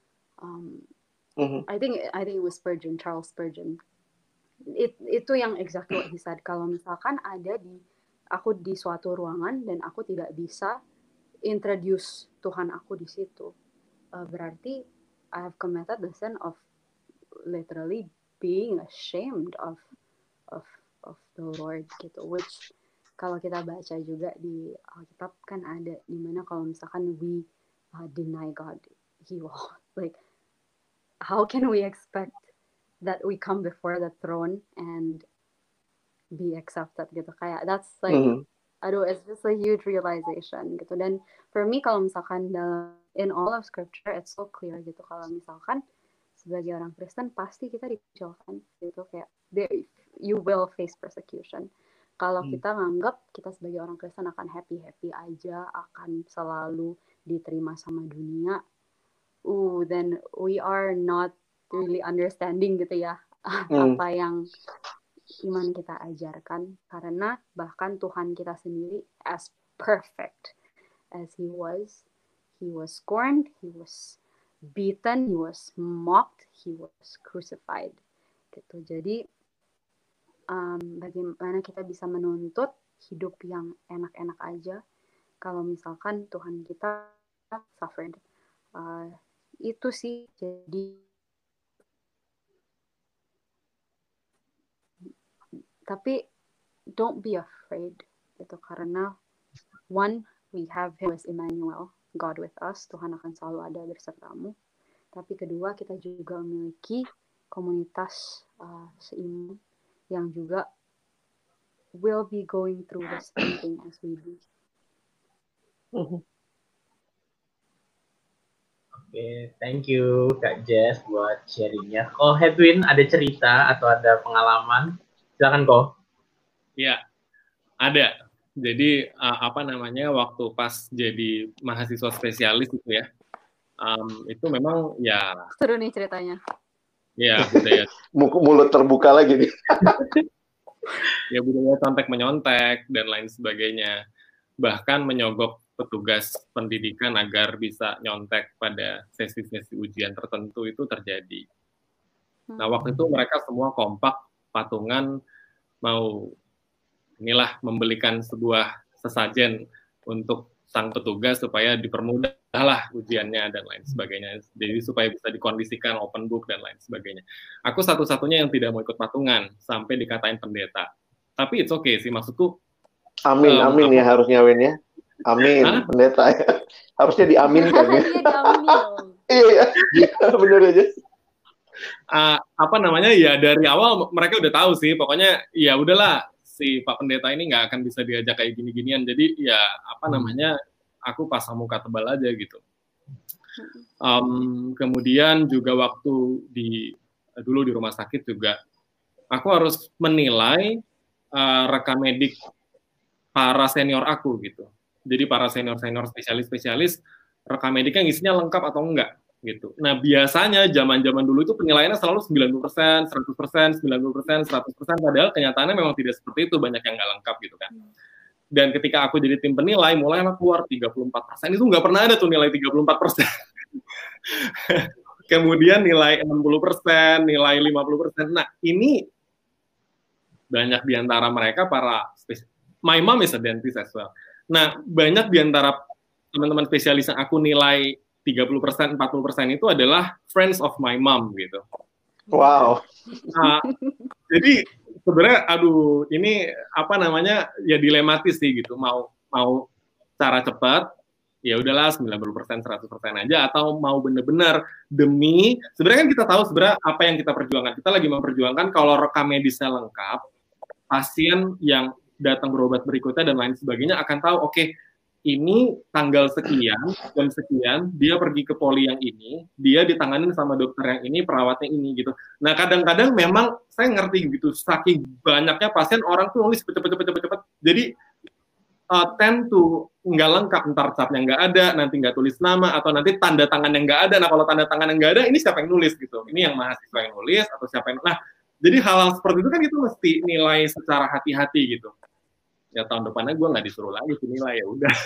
I think it was Spurgeon, Charles Spurgeon. Itu yang exactly what he said. Kalau misalkan aku di suatu ruangan dan aku tidak bisa introduce Tuhan aku di situ, berarti I have committed the sin of literally being ashamed of the Lord gitu, which kalau kita baca juga di Alkitab kan ada dimana kalau misalkan we deny God, He will like, how can we expect that we come before the throne and be accepted gitu, kayak that's like aduh, it's just a huge realization gitu. Dan for me kalau misalkan in all of scripture it's so clear gitu, kalau misalkan sebagai orang Kristen pasti kita dikucilkan gitu, kayak you will face persecution. Kalau kita nganggap kita sebagai orang Kristen akan happy aja, akan selalu diterima sama dunia, then we are not really understanding gitu ya apa yang iman kita ajarkan. Karena bahkan Tuhan kita sendiri as perfect as he was. He was scorned, he was beaten, he was mocked, he was crucified. Gitu. Jadi bagaimana kita bisa menuntut hidup yang enak-enak aja kalau misalkan Tuhan kita suffered. Itu sih, jadi tapi don't be afraid gitu, karena one, we have him as Emmanuel, God with us, Tuhan akan selalu ada bersertamu. Tapi kedua, kita juga memiliki komunitas seiman yang juga will be going through the same thing as we do. Oke, thank you Kak Jess buat sharingnya. Oh, Hedwin ada cerita atau ada pengalaman? Silakan kok. Ya, ada. Jadi waktu pas jadi mahasiswa spesialis itu ya, itu memang ya seru nih ceritanya. Ya, budaya mulut terbuka lagi nih. Ya, budaya contek menyontek dan lain sebagainya. Bahkan menyogok petugas pendidikan agar bisa nyontek pada sesi-sesi ujian tertentu itu terjadi. Nah, waktu itu mereka semua kompak, patungan, mau membelikan sebuah sesajen untuk sang petugas supaya dipermudahlah ujiannya dan lain sebagainya. Jadi supaya bisa dikondisikan open book dan lain sebagainya. Aku satu-satunya yang tidak mau ikut patungan sampai dikatain pendeta. Tapi it's okay sih, maksudku. Amin ya harusnya Win ya. Amin, pendeta ya. Harusnya diaminkan ya. Iya, bener aja. Ya dari awal mereka udah tahu sih, pokoknya ya udahlah, si Pak Pendeta ini nggak akan bisa diajak kayak gini-ginian. Jadi ya aku pasang muka tebal aja gitu. Kemudian juga waktu dulu di rumah sakit juga, aku harus menilai rekam medik para senior aku gitu. Jadi para senior spesialis rekam mediknya isinya lengkap atau enggak gitu. Nah, biasanya zaman-zaman dulu itu penilaiannya selalu 90%, 100%, 90%, 100%, padahal kenyataannya memang tidak seperti itu, banyak yang nggak lengkap gitu kan. Dan ketika aku jadi tim penilai, mulailah keluar 34%, itu nggak pernah ada tuh nilai 34%. Kemudian nilai 60%, nilai 50%. Nah, ini banyak di antara mereka my mom is a dentist as well. Nah, banyak di antara teman-teman spesialis yang aku nilai 30%, 40% itu adalah friends of my mom gitu. Wow. Nah, jadi sebenarnya ini ya dilematis sih gitu. Mau cara cepat, ya udahlah 90%, 100% aja, atau mau benar-benar demi, sebenarnya kan kita tahu sebenarnya apa yang kita perjuangkan. Kita lagi memperjuangkan kalau rekam medisnya lengkap, pasien yang datang berobat berikutnya dan lain sebagainya akan tahu, oke, ini tanggal sekian, jam sekian, dia pergi ke poli yang ini, dia ditanganin sama dokter yang ini, perawatnya ini, gitu. Nah, kadang-kadang memang saya ngerti gitu, saking banyaknya pasien, orang tuh nulis cepet-cepet, jadi tend to nggak lengkap, ntar capnya nggak ada, nanti nggak tulis nama, atau nanti tanda tangan yang nggak ada. Nah, kalau tanda tangan yang nggak ada, ini siapa yang nulis, gitu. Ini yang mahasiswa yang nulis, atau siapa yang... Nah, jadi hal-hal seperti itu kan kita mesti nilai secara hati-hati, gitu. Ya tahun depannya gue nggak disuruh lagi nilai, ya udah.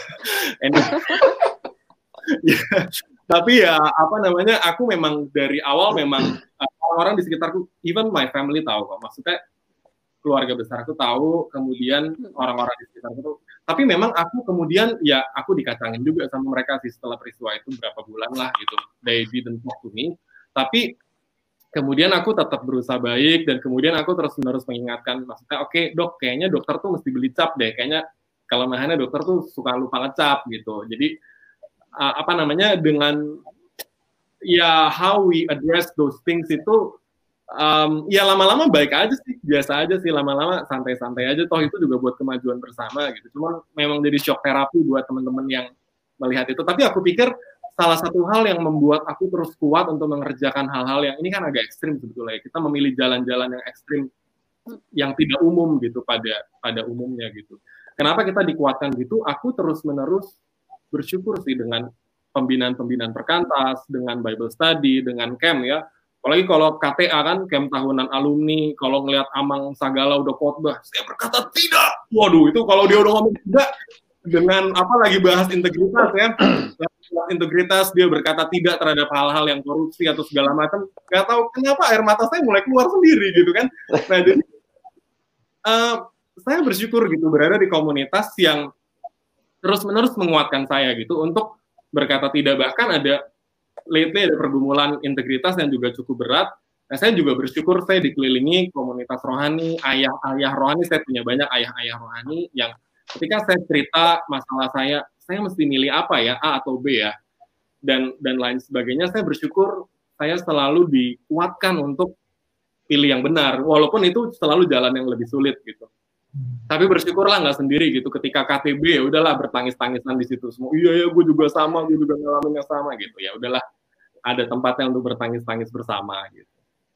Ya, tapi ya aku memang dari awal memang orang-orang di sekitarku, even my family tahu kok, maksudnya keluarga besar aku tahu, kemudian orang-orang di sekitarku tuh. Tapi memang aku kemudian ya aku dikacangin juga sama mereka sih setelah peristiwa itu berapa bulan lah gitu. They didn't talk to me, tapi kemudian aku tetap berusaha baik, dan kemudian aku terus-menerus mengingatkan, maksudnya, oke, dok, kayaknya dokter tuh mesti beli cap deh, kayaknya kelemahannya dokter tuh suka lupa ngecap gitu. Jadi dengan ya how we address those things itu ya lama-lama baik aja sih, biasa aja sih, lama-lama santai-santai aja, toh itu juga buat kemajuan bersama gitu. Cuman memang jadi shock terapi buat teman-teman yang melihat itu. Tapi aku pikir salah satu hal yang membuat aku terus kuat untuk mengerjakan hal-hal yang ini kan agak ekstrim sebetulnya. Kita memilih jalan-jalan yang ekstrim yang tidak umum gitu pada umumnya gitu. Kenapa kita dikuatkan gitu? Aku terus-menerus bersyukur sih dengan pembinaan perkantas, dengan Bible study, dengan camp ya. Apalagi kalau KTA kan, camp tahunan alumni, kalau ngelihat Amang Sagala udah khotbah, saya berkata tidak. Waduh, itu kalau dia udah ngomong tidak, dengan apa lagi bahas integritas ya. Integritas, dia berkata tidak terhadap hal-hal yang korupsi atau segala macam. Gak tahu kenapa air mata saya mulai keluar sendiri gitu kan. Nah jadi saya bersyukur gitu berada di komunitas yang terus-menerus menguatkan saya gitu untuk berkata tidak. Bahkan ada lately ada pergumulan integritas yang juga cukup berat. Nah, saya juga bersyukur saya dikelilingi komunitas rohani, ayah-ayah rohani. Saya punya banyak ayah-ayah rohani yang ketika saya cerita masalah saya mesti milih apa ya, A atau B ya, dan lain sebagainya, saya bersyukur saya selalu dikuatkan untuk pilih yang benar, walaupun itu selalu jalan yang lebih sulit gitu. Tapi bersyukurlah nggak sendiri gitu, ketika KTB ya udahlah bertangis-tangisan di situ semua, iya ya gue juga sama, gue juga ngalamin yang sama gitu, ya udahlah ada tempatnya untuk bertangis-tangis bersama gitu.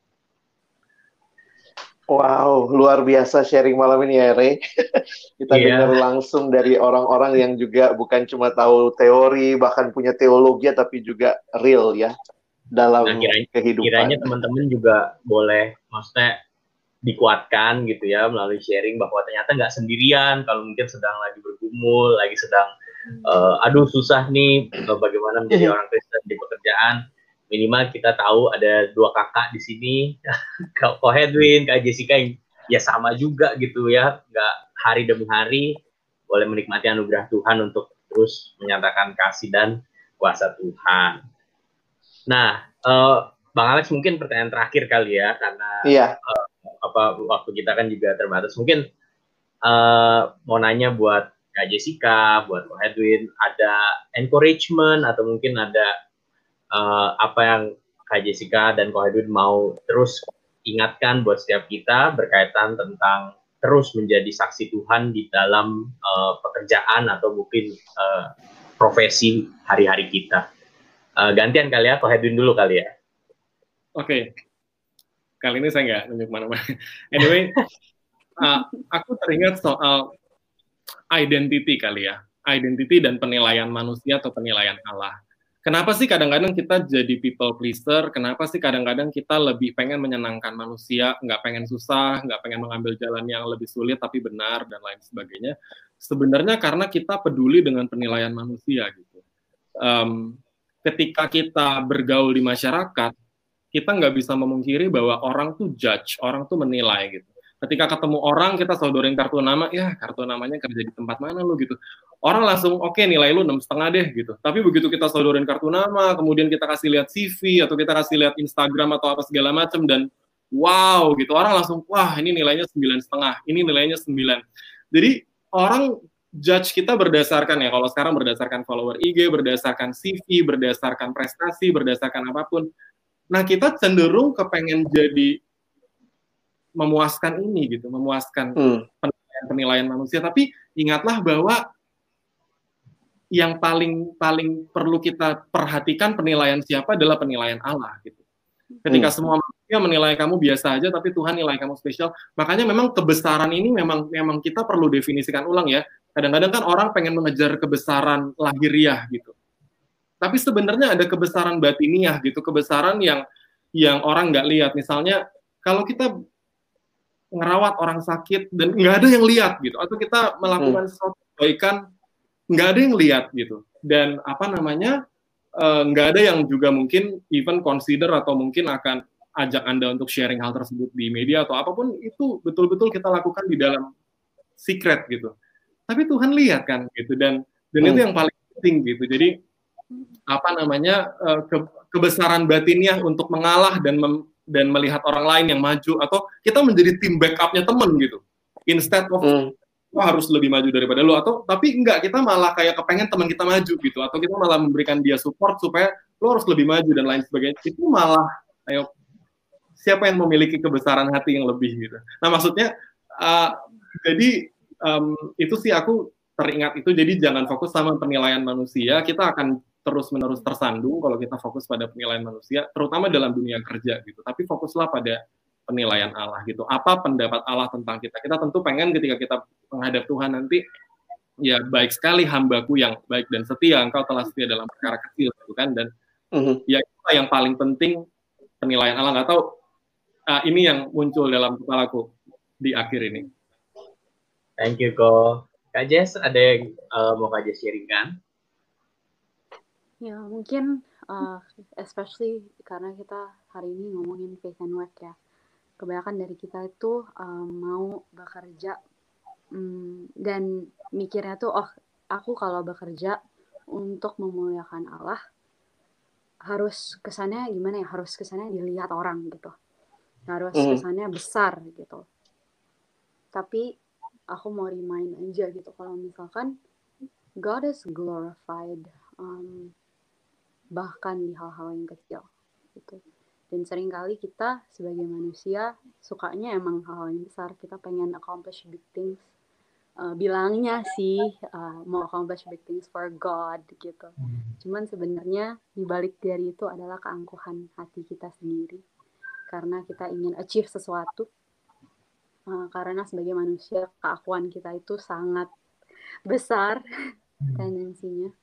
Wow, luar biasa sharing malam ini ya, Ray. Kita dengar langsung dari orang-orang yang juga bukan cuma tahu teori, bahkan punya teologi, tapi juga real ya dalam kehidupan. Kiranya teman-teman juga boleh, maksudnya dikuatkan gitu ya melalui sharing bahwa ternyata nggak sendirian kalau mungkin sedang lagi bergumul, lagi sedang aduh susah nih bagaimana menjadi orang Kristen di pekerjaan. Minimal kita tahu ada dua kakak di sini, Kak Edwin, Kak Jessica, yang ya sama juga gitu ya, nggak hari demi hari boleh menikmati anugerah Tuhan untuk terus menyatakan kasih dan kuasa Tuhan. Nah, Bang Alex mungkin pertanyaan terakhir kali ya, karena waktu kita kan juga terbatas. Mungkin mau nanya buat Kak Jessica, buat Kak Edwin, ada encouragement atau mungkin ada apa yang Kak Jessica dan Kak Edwin mau terus ingatkan buat setiap kita berkaitan tentang terus menjadi saksi Tuhan di dalam pekerjaan atau mungkin profesi hari-hari kita. Gantian kali ya, Kak Edwin dulu kali ya. Oke. Kali ini saya nggak nunjuk mana-mana. Anyway, aku teringat soal identity kali ya. Identity dan penilaian manusia atau penilaian Allah. Kenapa sih kadang-kadang kita jadi people pleaser? Kenapa sih kadang-kadang kita lebih pengen menyenangkan manusia, nggak pengen susah, nggak pengen mengambil jalan yang lebih sulit tapi benar, dan lain sebagainya? Sebenarnya karena kita peduli dengan penilaian manusia gitu. Ketika kita bergaul di masyarakat, kita nggak bisa memungkiri bahwa orang tuh judge, orang tuh menilai gitu. Ketika ketemu orang, kita sodorin kartu nama, ya kartu namanya kerja di tempat mana lu gitu. Orang langsung, oke, nilai lu 6,5 deh gitu. Tapi begitu kita sodorin kartu nama, kemudian kita kasih lihat CV, atau kita kasih lihat Instagram atau apa segala macam, dan wow gitu, orang langsung, wah ini nilainya 9,5, ini nilainya 9. Jadi orang judge kita berdasarkan ya, kalau sekarang berdasarkan follower IG, berdasarkan CV, berdasarkan prestasi, berdasarkan apapun. Nah kita cenderung kepengen jadi memuaskan ini gitu, memuaskan penilaian manusia. Tapi ingatlah bahwa yang paling perlu kita perhatikan penilaian siapa adalah penilaian Allah gitu. Ketika semua manusia menilai kamu biasa aja, tapi Tuhan nilai kamu spesial. Makanya memang kebesaran ini memang kita perlu definisikan ulang ya. Kadang-kadang kan orang pengen mengejar kebesaran lahiriah gitu. Tapi sebenarnya ada kebesaran batiniah gitu, kebesaran yang orang nggak lihat. Misalnya kalau kita ngerawat orang sakit dan nggak ada yang lihat gitu, atau kita melakukan sesuatu kebaikan nggak ada yang lihat gitu, dan nggak ada yang juga mungkin even consider atau mungkin akan ajak Anda untuk sharing hal tersebut di media atau apapun, itu betul-betul kita lakukan di dalam secret gitu. Tapi Tuhan lihat kan gitu, dan itu yang paling penting gitu. Jadi kebesaran batinnya untuk mengalah dan melihat orang lain yang maju, atau kita menjadi tim backupnya temen gitu, instead of wah harus lebih maju daripada lo, atau tapi enggak, kita malah kayak kepengen teman kita maju gitu, atau kita malah memberikan dia support supaya lo harus lebih maju dan lain sebagainya. Itu malah ayo siapa yang memiliki kebesaran hati yang lebih gitu. Nah maksudnya jadi itu sih aku teringat itu. Jadi jangan fokus sama penilaian manusia, kita akan terus-menerus tersandung kalau kita fokus pada penilaian manusia, terutama dalam dunia kerja gitu. Tapi fokuslah pada penilaian Allah gitu. Apa pendapat Allah tentang kita? Kita tentu pengen ketika kita menghadap Tuhan nanti, ya baik sekali hambaku yang baik dan setia, engkau telah setia dalam perkara kecil gitu kan. Dan ya itu yang paling penting, penilaian Allah. Nggak tahu ini yang muncul dalam kepalaku di akhir ini. Thank you, Ko. Kak Jess, ada yang mau Kak Jess sharingkan? Ya, mungkin especially karena kita hari ini ngomongin faith and work ya. Kebanyakan dari kita itu mau bekerja dan mikirnya tuh, oh aku kalau bekerja untuk memuliakan Allah harus kesannya gimana ya? Harus kesannya dilihat orang gitu. Harus kesannya besar gitu. Tapi aku mau remind aja gitu kalau misalkan God is glorified bahkan di hal-hal yang kecil gitu. Dan seringkali kita sebagai manusia sukanya emang hal-hal yang besar, kita pengen accomplish big things, bilangnya sih mau accomplish big things for God gitu. Cuman sebenarnya dibalik dari itu adalah keangkuhan hati kita sendiri karena kita ingin achieve sesuatu. Karena sebagai manusia keakuan kita itu sangat besar tendensinya.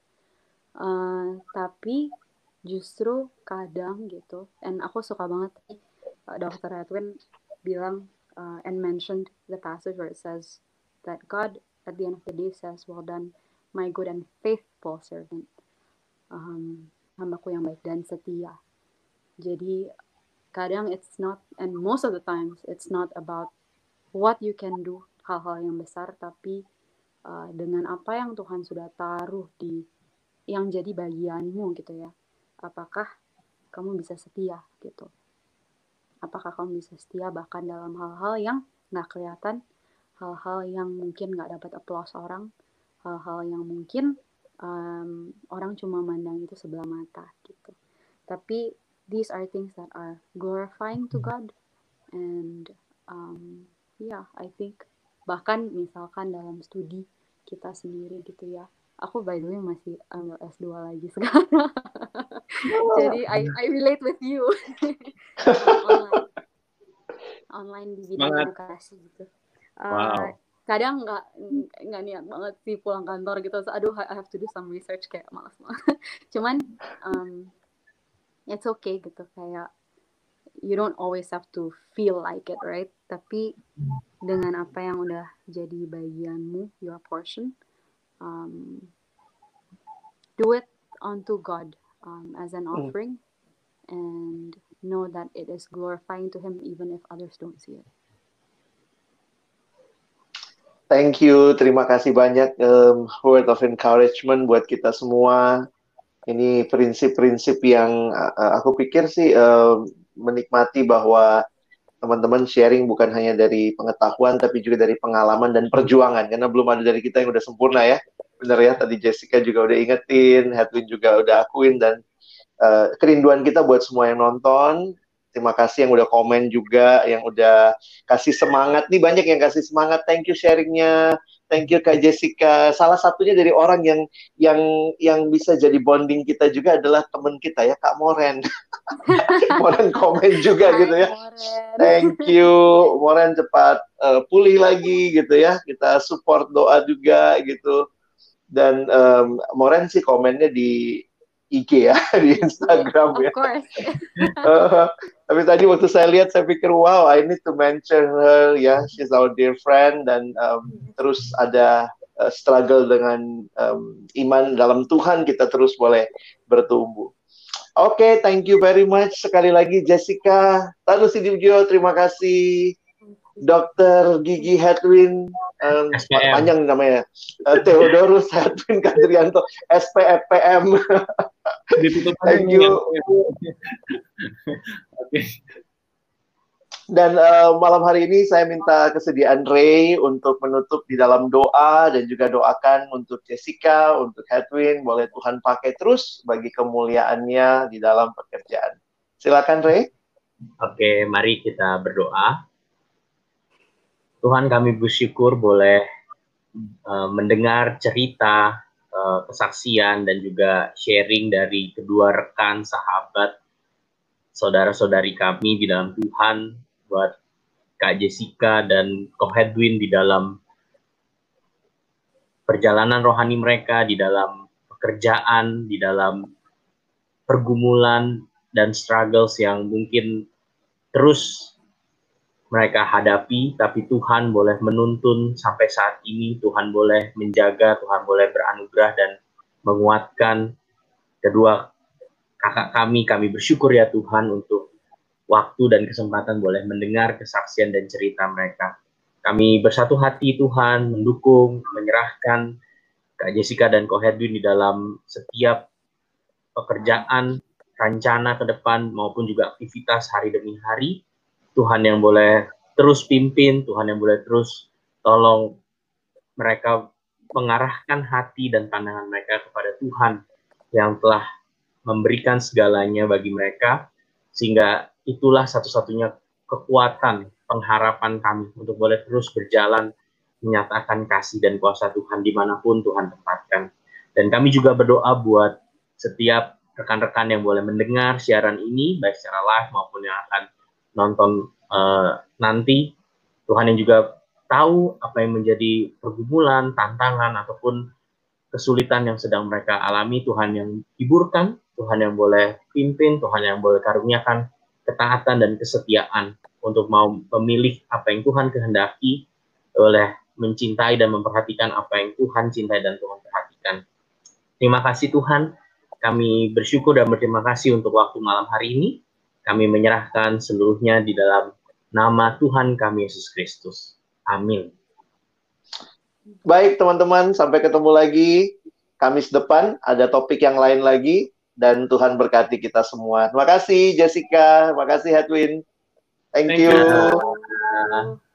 Tapi justru kadang gitu, and aku suka banget Dr. Edwin bilang and mentioned the passage where it says that God at the end of the day says, well done my good and faithful servant, hambaku yang baik dan setia. Jadi kadang it's not, and most of the times it's not about what you can do, hal-hal yang besar, tapi dengan apa yang Tuhan sudah taruh di yang jadi bagianmu gitu ya. Apakah kamu bisa setia gitu? Apakah kamu bisa setia bahkan dalam hal-hal yang nggak kelihatan, hal-hal yang mungkin nggak dapat applause orang, hal-hal yang mungkin orang cuma mandang itu sebelah mata gitu. Tapi these are things that are glorifying to God, and I think bahkan misalkan dalam studi kita sendiri gitu ya. Aku by the way masih ambil S2 lagi sekarang. Jadi I relate with you. online di bidang edukasi gitu. Kadang nggak niat banget sih pulang kantor gitu. So, aduh, I have to do some research, kayak malas banget. Cuman it's okay gitu, kayak you don't always have to feel like it, right? Tapi dengan apa yang udah jadi bagianmu, your portion, do it unto God as an offering, and know that it is glorifying to Him even if others don't see it. Thank you, terima kasih banyak word of encouragement buat kita semua. Ini prinsip-prinsip yang aku pikir sih menikmati bahwa teman-teman sharing bukan hanya dari pengetahuan tapi juga dari pengalaman dan perjuangan, karena belum ada dari kita yang udah sempurna ya. Bener ya, tadi Jessica juga udah ingetin, Hedwin juga udah akuin, dan kerinduan kita buat semua yang nonton. Terima kasih yang udah komen juga, yang udah kasih semangat. Nih banyak yang kasih semangat. Thank you sharingnya. Thank you Kak Jessica. Salah satunya dari orang yang bisa jadi bonding kita juga adalah teman kita ya, Kak Moren. Moren komen juga gitu ya. Thank you Moren, cepat pulih lagi gitu ya. Kita support doa juga gitu. Dan Moren sih komennya di IG ya, di Instagram ya. Of course. Tapi tadi waktu saya lihat, saya pikir wow, I need to mention her ya, she's our dear friend, dan terus ada struggle dengan iman dalam Tuhan, kita terus boleh bertumbuh. Oke, thank you very much sekali lagi Jessica Tanusidibjo, terima kasih. Dr. Gigi Hedwin, panjang namanya, Theodorus Hedwin Kadrianto, SPFPM. Thank you. Dan malam hari ini saya minta kesediaan Ray untuk menutup di dalam doa, dan juga doakan untuk Jessica, untuk Hedwin, boleh Tuhan pakai terus bagi kemuliaannya di dalam pekerjaan. Silakan Ray. Oke, mari kita berdoa. Tuhan, kami bersyukur boleh mendengar cerita, kesaksian, dan juga sharing dari kedua rekan, sahabat, saudara-saudari kami di dalam Tuhan, buat Kak Jessica dan Ko Hedwin di dalam perjalanan rohani mereka, di dalam pekerjaan, di dalam pergumulan dan struggles yang mungkin terus mereka hadapi, tapi Tuhan boleh menuntun sampai saat ini, Tuhan boleh menjaga, Tuhan boleh beranugerah dan menguatkan kedua kakak kami bersyukur ya Tuhan untuk waktu dan kesempatan boleh mendengar kesaksian dan cerita mereka. Kami bersatu hati Tuhan, mendukung, menyerahkan Kak Jessica dan Ko Hedwin di dalam setiap pekerjaan, rencana ke depan, maupun juga aktivitas hari demi hari. Tuhan yang boleh terus pimpin, Tuhan yang boleh terus tolong mereka mengarahkan hati dan pandangan mereka kepada Tuhan yang telah memberikan segalanya bagi mereka, sehingga itulah satu-satunya kekuatan, pengharapan kami untuk boleh terus berjalan, menyatakan kasih dan kuasa Tuhan dimanapun Tuhan tempatkan. Dan kami juga berdoa buat setiap rekan-rekan yang boleh mendengar siaran ini, baik secara live maupun yang akan nonton nanti. Tuhan yang juga tahu apa yang menjadi pergumulan, tantangan, ataupun kesulitan yang sedang mereka alami. Tuhan yang hiburkan, Tuhan yang boleh pimpin, Tuhan yang boleh karuniakan ketaatan dan kesetiaan untuk mau memilih apa yang Tuhan kehendaki, boleh mencintai dan memperhatikan apa yang Tuhan cintai dan Tuhan perhatikan. Terima kasih Tuhan, kami bersyukur dan berterima kasih untuk waktu malam hari ini. Kami menyerahkan seluruhnya di dalam nama Tuhan kami Yesus Kristus. Amin. Baik teman-teman, sampai ketemu lagi Kamis depan, ada topik yang lain lagi, dan Tuhan berkati kita semua. Terima kasih Jessica, terima kasih Hedwin. Thank you.